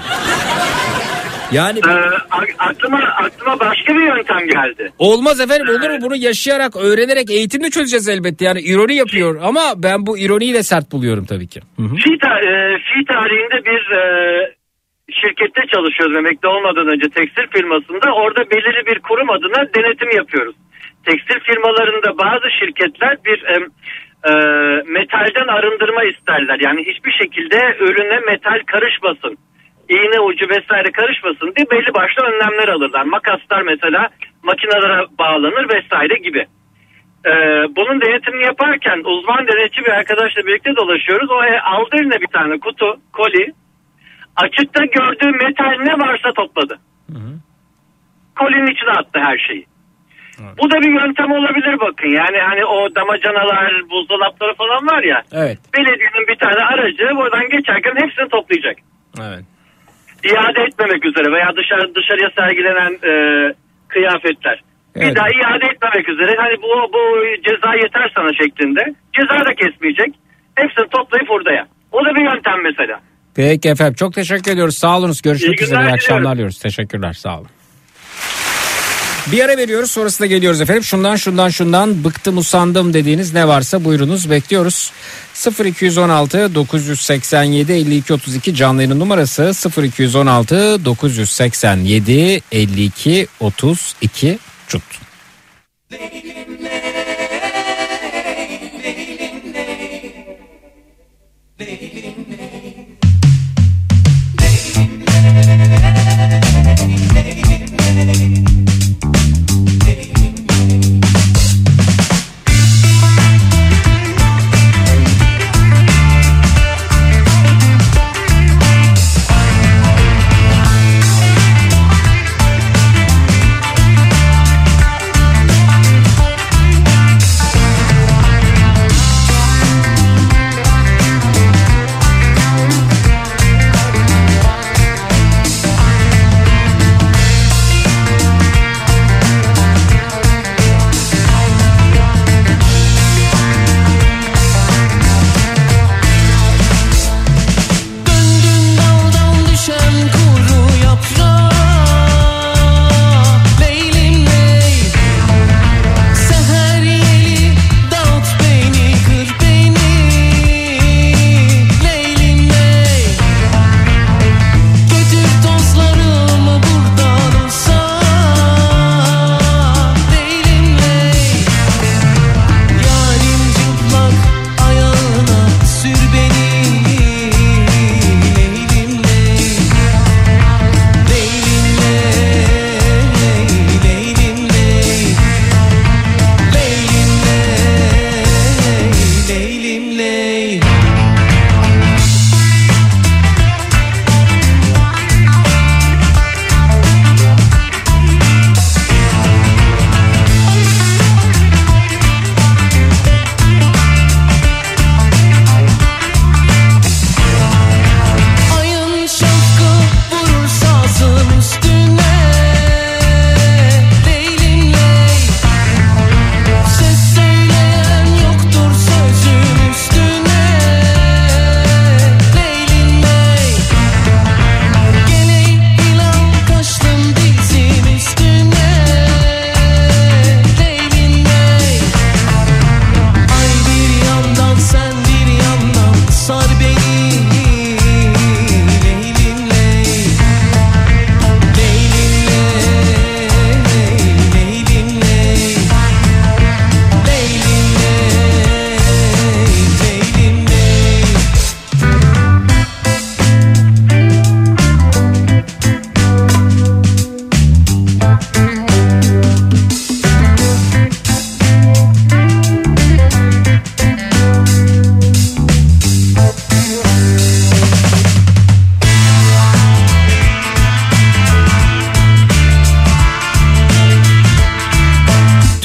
Yani ee, aklıma aklıma başka bir yöntem geldi. Olmaz efendim, olur mu? Bunu yaşayarak, öğrenerek, eğitimle çözeceğiz elbette. Yani ironi yapıyor ama ben bu ironiyi de sert buluyorum tabii ki. Hı hı. Fi, ta- e, fi tarihinde bir e, şirkette çalışıyoruz emekli olmadan önce, tekstil firmasında. Orada belirli bir kurum adına denetim yapıyoruz. Tekstil firmalarında bazı şirketler bir e, e, metalden arındırma isterler. Yani hiçbir şekilde ürüne metal karışmasın, iğne ucu vesaire karışmasın diye belli başlı önlemler alırlar. Makaslar mesela makinelere bağlanır vesaire gibi. Ee, bunun denetimini yaparken uzman denetçi bir arkadaşla birlikte dolaşıyoruz. O aldı eline bir tane kutu, koli. Açıkta gördüğü metal ne varsa topladı. Hı hı. Kolinin içine attı her şeyi. Evet. Bu da bir yöntem olabilir bakın. Yani hani o damacanalar, buzdolapları falan var ya. Evet. Belediyenin bir tane aracı buradan geçerken hepsini toplayacak. Evet. İade etmemek üzere veya dışarı dışarıya sergilenen e, kıyafetler. Evet. Bir daha iade etmemek üzere. Hani bu bu ceza yeter sana şeklinde. Ceza da kesmeyecek. Hepsini toplayıp hurdaya. O da bir yöntem mesela. Peki efendim, çok teşekkür ediyoruz. Sağ olunuz. Görüşmek İyi üzere. İyi akşamlar diliyorum. diyoruz. Teşekkürler. Sağ olun. Bir ara veriyoruz, sonrasında geliyoruz efendim. Şundan şundan şundan bıktım usandım dediğiniz ne varsa buyurunuz, bekliyoruz. sıfır iki on altı dokuz seksen yedi elli iki otuz iki canlı yayının numarası sıfır iki on altı dokuz seksen yedi elli iki otuz iki çut.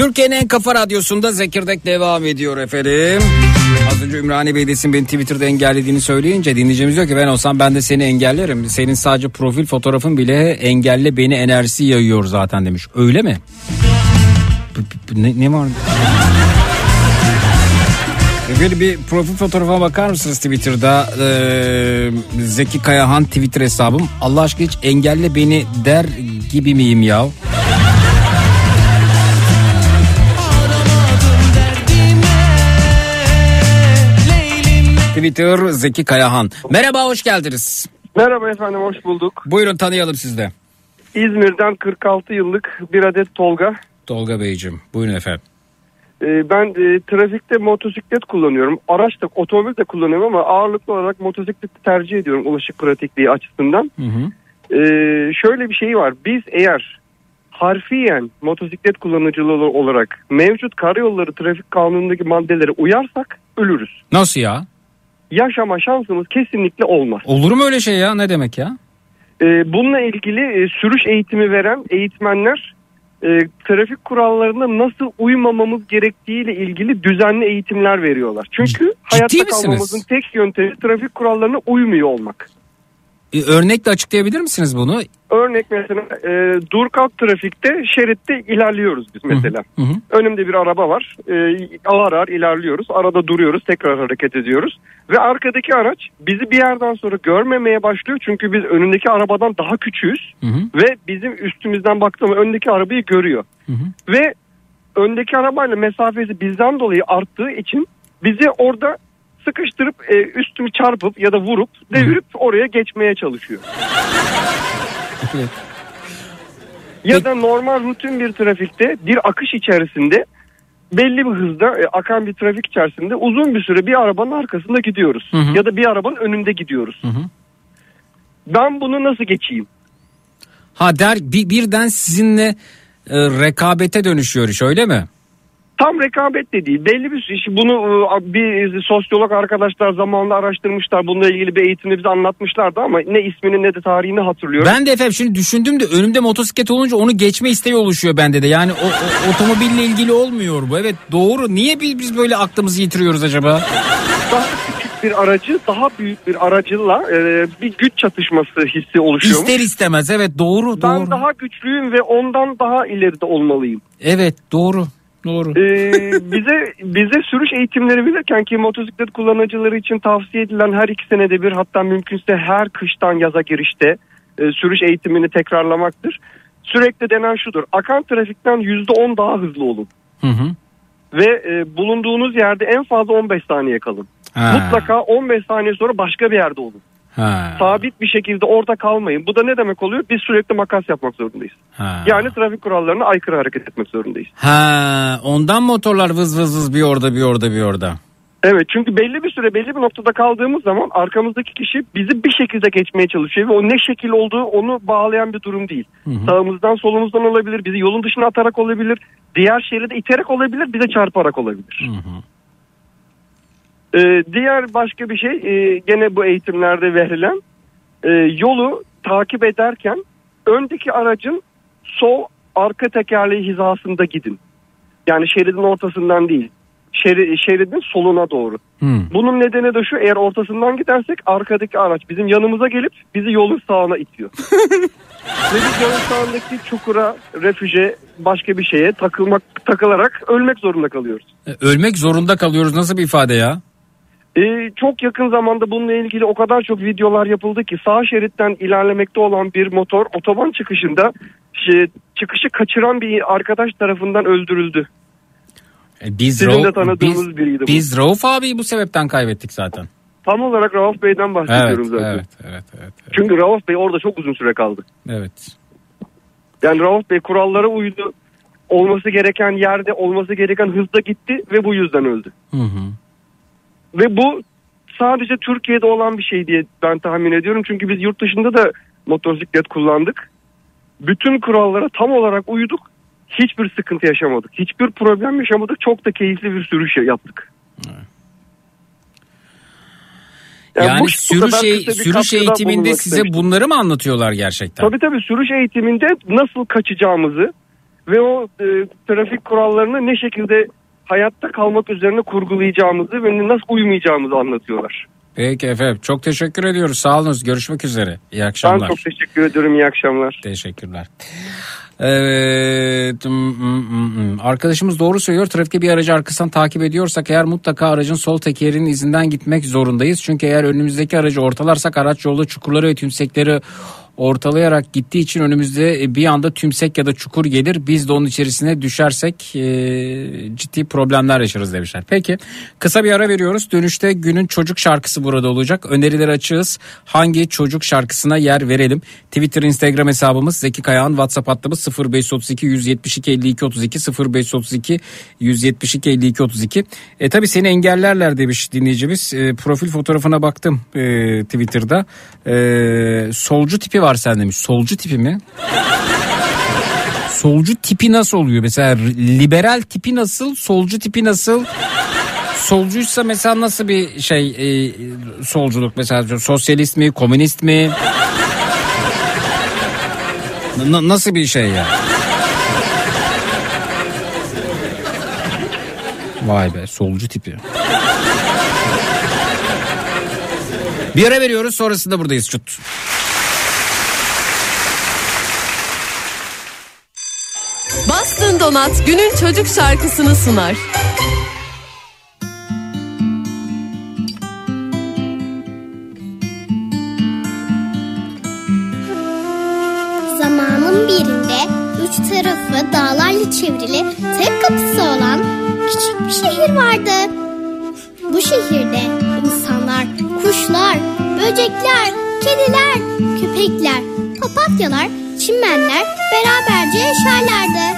Türkiye'nin en kafa radyosunda Zekirdek devam ediyor efendim. Az önce Ümraniye Belediyesi'nin beni Twitter'da engellediğini söyleyince dinleyicimiz diyor ki ben olsam ben de seni engellerim. Senin sadece profil fotoğrafın bile engelle beni enerjisi yayıyor zaten demiş. Öyle mi? Ne, ne var? Böyle bir profil fotoğrafıma bakar mısınız Twitter'da? Ee, Zeki Kayahan Twitter hesabım. Allah aşkına hiç engelle beni der gibi miyim ya? Twitter Zeki Kayahan. Merhaba, hoş geldiniz. Merhaba efendim, hoş bulduk. Buyurun, tanıyalım sizde. İzmir'den kırk altı yıllık bir adet Tolga. Tolga Beyciğim, buyurun efendim. Ee, ben e, trafikte motosiklet kullanıyorum. Araçta, otomobil de kullanıyorum ama ağırlıklı olarak motosikleti tercih ediyorum ulaşık pratikliği açısından. Hı hı. Ee, şöyle bir şey var. Biz eğer harfiyen motosiklet kullanıcıları olarak mevcut karayolları trafik kanunundaki maddelere uyarsak ölürüz. Nasıl ya? Yaşama şansımız kesinlikle olmaz. Olur mu öyle şey ya? Ne demek ya? Ee, bununla ilgili e, sürüş eğitimi veren eğitmenler e, trafik kurallarına nasıl uymamamız gerektiğiyle ilgili düzenli eğitimler veriyorlar. Çünkü Ciddi hayatta misiniz? kalmamızın tek yöntemi trafik kurallarına uymuyor olmak. Ee, örnekle açıklayabilir misiniz bunu? Örnek mesela e, dur kalk trafikte şeritte ilerliyoruz biz mesela. Hı hı. Önümde bir araba var. E, ağır ağır ilerliyoruz. Arada duruyoruz. Tekrar hareket ediyoruz. Ve arkadaki araç bizi bir yerden sonra görmemeye başlıyor. Çünkü biz önündeki arabadan daha küçüğüz. Hı hı. Ve bizim üstümüzden baktığımız öndeki arabayı görüyor. Hı hı. Ve öndeki arabayla mesafesi bizden dolayı arttığı için bizi orada sıkıştırıp e, üstümü çarpıp ya da vurup devirip oraya geçmeye çalışıyor. Evet. Ya da normal rutin bir trafikte bir akış içerisinde belli bir hızda e, akan bir trafik içerisinde uzun bir süre bir arabanın arkasında gidiyoruz. Hı hı. Ya da bir arabanın önünde gidiyoruz. Hı hı. Ben bunu nasıl geçeyim? Ha der bir, birden sizinle e, rekabete dönüşüyor iş, öyle mi? Tam rekabet de değil. Belli bir iş. Bunu e, bir sosyolog arkadaşlar zamanında araştırmışlar. Bununla ilgili bir eğitimde bize anlatmışlardı ama ne ismini ne de tarihini hatırlıyorum. Ben de efendim şimdi düşündüm de önümde motosiklet olunca onu geçme isteği oluşuyor bende de. Yani o, o otomobille ilgili olmuyor bu. Evet, doğru. Niye biz, biz böyle aklımızı yitiriyoruz acaba? Daha küçük bir aracı daha büyük bir aracıyla e, bir güç çatışması hissi oluşuyor. İster istemez, evet, doğru Ben doğru. daha güçlüyüm ve ondan daha ileride olmalıyım. Evet, doğru. Doğru. Ee, bize bize sürüş eğitimleri verirken ki motosiklet kullanıcıları için tavsiye edilen her iki senede bir, hatta mümkünse her kıştan yaza girişte e, sürüş eğitimini tekrarlamaktır. Sürekli denen şudur: akan trafikten yüzde on daha hızlı olun. Hı hı. Ve e, bulunduğunuz yerde en fazla on beş saniye kalın. Ha. Mutlaka on beş saniye sonra başka bir yerde olun. Ha. Sabit bir şekilde orada kalmayın. Bu da ne demek oluyor? Biz sürekli makas yapmak zorundayız. Ha. Yani trafik kurallarına aykırı hareket etmek zorundayız. Ha, ondan motorlar vız vız vız bir orada bir orada bir orada. Evet, çünkü belli bir süre belli bir noktada kaldığımız zaman arkamızdaki kişi bizi bir şekilde geçmeye çalışıyor ve o ne şekil olduğu onu bağlayan bir durum değil. Hı hı. Sağımızdan solumuzdan olabilir, bizi yolun dışına atarak olabilir, diğer şeride iterek olabilir, bize çarparak olabilir. Hı hı. Ee, diğer başka bir şey e, gene bu eğitimlerde verilen e, yolu takip ederken öndeki aracın sol arka tekerleği hizasında gidin. Yani şeridin ortasından değil. Şeri, şeridin soluna doğru. Hmm. Bunun nedeni de şu: eğer ortasından gidersek arkadaki araç bizim yanımıza gelip bizi yolun sağına itiyor. Ve biz yolun sağındaki çukura, refüje, başka bir şeye takılmak takılarak ölmek zorunda kalıyoruz. E, ölmek zorunda kalıyoruz, nasıl bir ifade ya? Ee, çok yakın zamanda bununla ilgili o kadar çok videolar yapıldı ki sağ şeritten ilerlemekte olan bir motor otoban çıkışında şey, çıkışı kaçıran bir arkadaş tarafından öldürüldü. E, biz Sizin Rauf, de tanıdığınız biz, biriydi bu. Biz Rauf abiyi bu sebepten kaybettik zaten. Tam olarak Rauf Bey'den bahsediyorum Evet, zaten. evet, evet, evet, evet. Çünkü Rauf Bey orada çok uzun süre kaldı. Evet. Yani Rauf Bey kurallara uydu. Olması gereken yerde, olması gereken hızda gitti ve bu yüzden öldü. Hı hı. Ve bu sadece Türkiye'de olan bir şey diye ben tahmin ediyorum. Çünkü biz yurt dışında da motosiklet kullandık. Bütün kurallara tam olarak uyduk. Hiçbir sıkıntı yaşamadık. Hiçbir problem yaşamadık. Çok da keyifli bir sürüş yaptık. Yani, yani bu, sürüş, bu e- sürüş eğitiminde size istemiştim. bunları mı anlatıyorlar gerçekten? Tabii tabii, sürüş eğitiminde nasıl kaçacağımızı, ve o e, trafik kurallarını ne şekilde hayatta kalmak üzerine kurgulayacağımızı ve nasıl uymayacağımızı anlatıyorlar. Peki efendim, çok teşekkür ediyoruz, sağ olunuz, görüşmek üzere, iyi akşamlar. Ben çok teşekkür ediyorum, iyi akşamlar. Teşekkürler. Evet, arkadaşımız doğru söylüyor. Trafikte bir aracı arkasından takip ediyorsak eğer mutlaka aracın sol tekerinin izinden gitmek zorundayız. Çünkü eğer önümüzdeki aracı ortalarsak araç yolda çukurları ve tümsekleri ortalayarak gittiği için önümüzde bir anda tümsek ya da çukur gelir. Biz de onun içerisine düşersek e, ciddi problemler yaşarız demişler. Peki, kısa bir ara veriyoruz. Dönüşte günün çocuk şarkısı burada olacak. Önerileri açığız. Hangi çocuk şarkısına yer verelim? Twitter, Instagram hesabımız Zeki Kayağan, WhatsApp hattımız sıfır beş otuz iki yüz yetmiş iki elli iki otuz iki sıfır beş otuz iki yüz yetmiş iki elli iki otuz iki. E tabi seni engellerler demiş dinleyicimiz. E, profil fotoğrafına baktım e, Twitter'da. E, solcu tipi var sen demiş. Solcu tipi mi? Solcu tipi nasıl oluyor? Mesela liberal tipi nasıl? Solcu tipi nasıl? Solcuysa mesela nasıl bir şey e, solculuk? Mesela sosyalist mi? Komünist mi? N- nasıl bir şey ya? Vay be, solcu tipi. Bir ara veriyoruz, sonrasında buradayız. Çut. Bastın Donat günün çocuk şarkısını sunar. Zamanın birinde üç tarafı dağlarla çevrili tek kapısı olan küçük bir şehir vardı. Bu şehirde insanlar, kuşlar, böcekler, kediler, köpekler, papatyalar, çimenler beraberce yaşarlardı.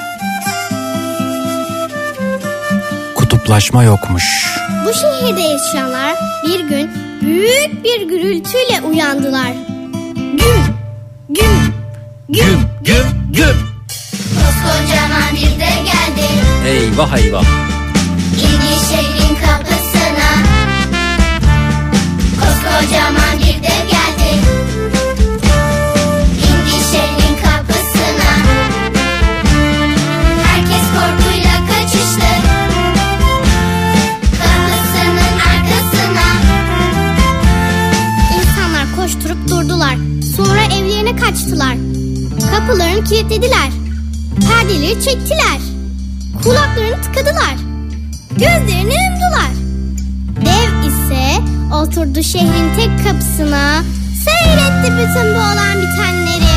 Kutuplaşma yokmuş. Bu şehirde yaşayanlar bir gün büyük bir gürültüyle uyandılar. Güm, güm, güm, güm, güm. Koskocaman bir de geldi. Eyvah eyvah. İndi şehrin kapısına. Koskocaman bir de geldi. İndi şehrin kapısına. Herkes korkuyla kaçıştı. Kapısının arkasına. İnsanlar koşturup durdular. Sonra evlerine kaçtılar. Kapılarını kilitlediler. Perdeleri çektiler. Kulaklarını tıkadılar. Gözlerini yumdular. Dev ise oturdu şehrin tek kapısına. Seyretti bütün bu olan bitenleri.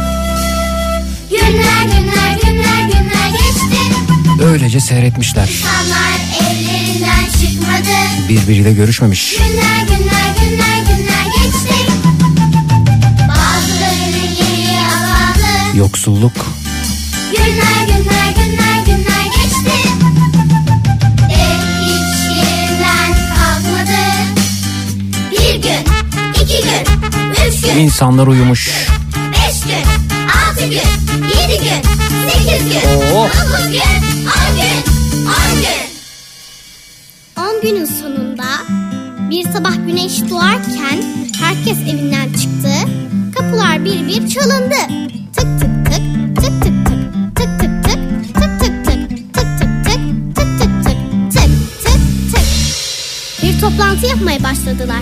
Günler günler günler günler geçti. Öylece seyretmişler. İnsanlar evlerinden çıkmadı. Birbiriyle görüşmemiş. Günler günler günler günler geçti. Bazılarının yeri azaldı. Yoksulluk. Günler günler günler günler geçti. Ev hiç yerinden kalkmadı. Bir gün, iki gün, üç gün, İnsanlar uyumuş. beş gün, altı gün, yedi gün, sekiz gün, Oo. dokuz gün, on gün, on gün. On günün sonunda bir sabah güneş doğarken herkes evinden çıktı. Kapılar bir bir çalındı. Tık tık tık, tık tık tık, tık tık tık, tık tık tık, tık tık tık, tık tık tık, tık tık tık. Bir toplantı yapmaya başladılar.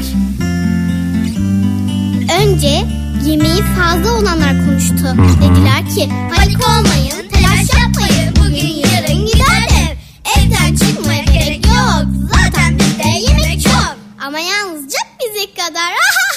Önce yemeği fazla olanlar konuştu. Dediler ki panik olmayın, telaş yapmayın. Bugün yarın gider ev. Evden çıkmaya gerek yok. Zaten bizde yemek çok. Ama yalnızca bize kadar.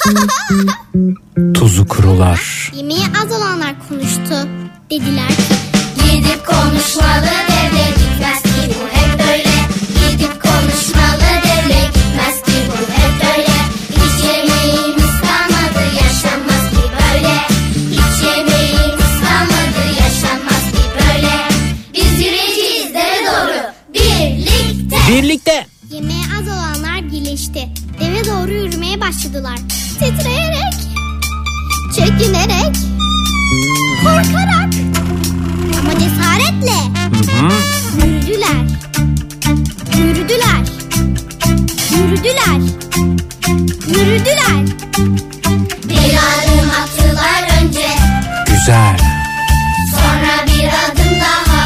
Tuzu kurular. Yemeği az olanlar konuştu. Dediler ki gidip konuşmalı devle gitmez ki bu hep böyle. Gidip konuşmalı devle gitmez ki bu hep böyle. Hiç yemeğimiz kalmadı yaşanmaz ki böyle. Hiç yemeğimiz kalmadı yaşanmaz ki böyle. Biz yürüyeceğiz deve doğru birlikte. Birlikte. Yemeği az olanlar birleşti. Deve doğru yürümeye başladılar. Titreyerek, çekinerek, korkarak ama cesaretle yürüdüler. Yürüdüler. Yürüdüler. Yürüdüler. Bir adım attılar önce. Güzel. Sonra bir adım daha.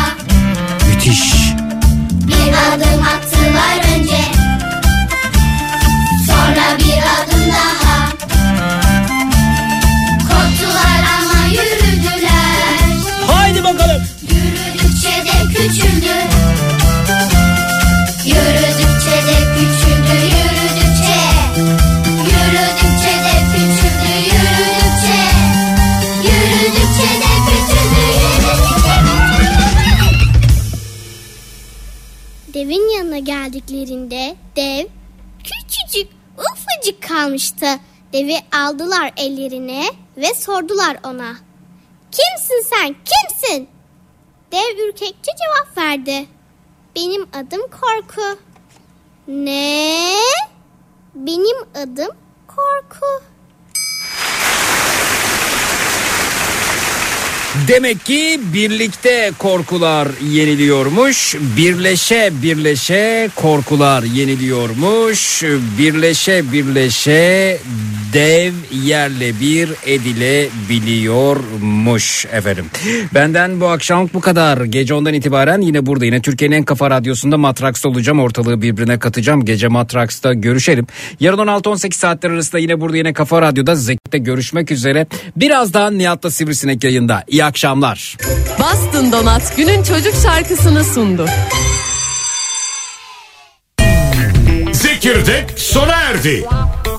Müthiş. Bir adım attılar önce, sonra bir adım daha. Korktular ama yürüdüler. Haydi bakalım. Yürüdükçe de küçüldü. Yürüdükçe de küçüldü, yürüdükçe. Yürüdükçe de küçüldü, yürüdükçe. Yürüdükçe de küçüldü, yürüdükçe. Devin yanına geldiklerinde dev küçücük, ufacık kalmıştı. Devi aldılar ellerine ve sordular ona. Kimsin sen, kimsin? Dev ürkekçe cevap verdi. Benim adım Korku. Ne? Benim adım Korku. Demek ki birlikte korkular yeniliyormuş. Birleşe birleşe korkular yeniliyormuş. Birleşe birleşe dev yerle bir edilebiliyormuş efendim. Benden bu akşam bu kadar. Gece ondan itibaren yine burada, yine Türkiye'nin en kafa radyosunda Matraks'ta olacağım. Ortalığı birbirine katacağım. Gece Matraks'ta görüşelim. Yarın on altı on sekiz saatler arasında yine burada, yine Kafa Radyo'da Zeki'de görüşmek üzere. Birazdan Nihat'la Sivrisinek yayında. İyi akşamlar. Bastın Donat günün çocuk şarkısını sundu. Zekirdek sona erdi.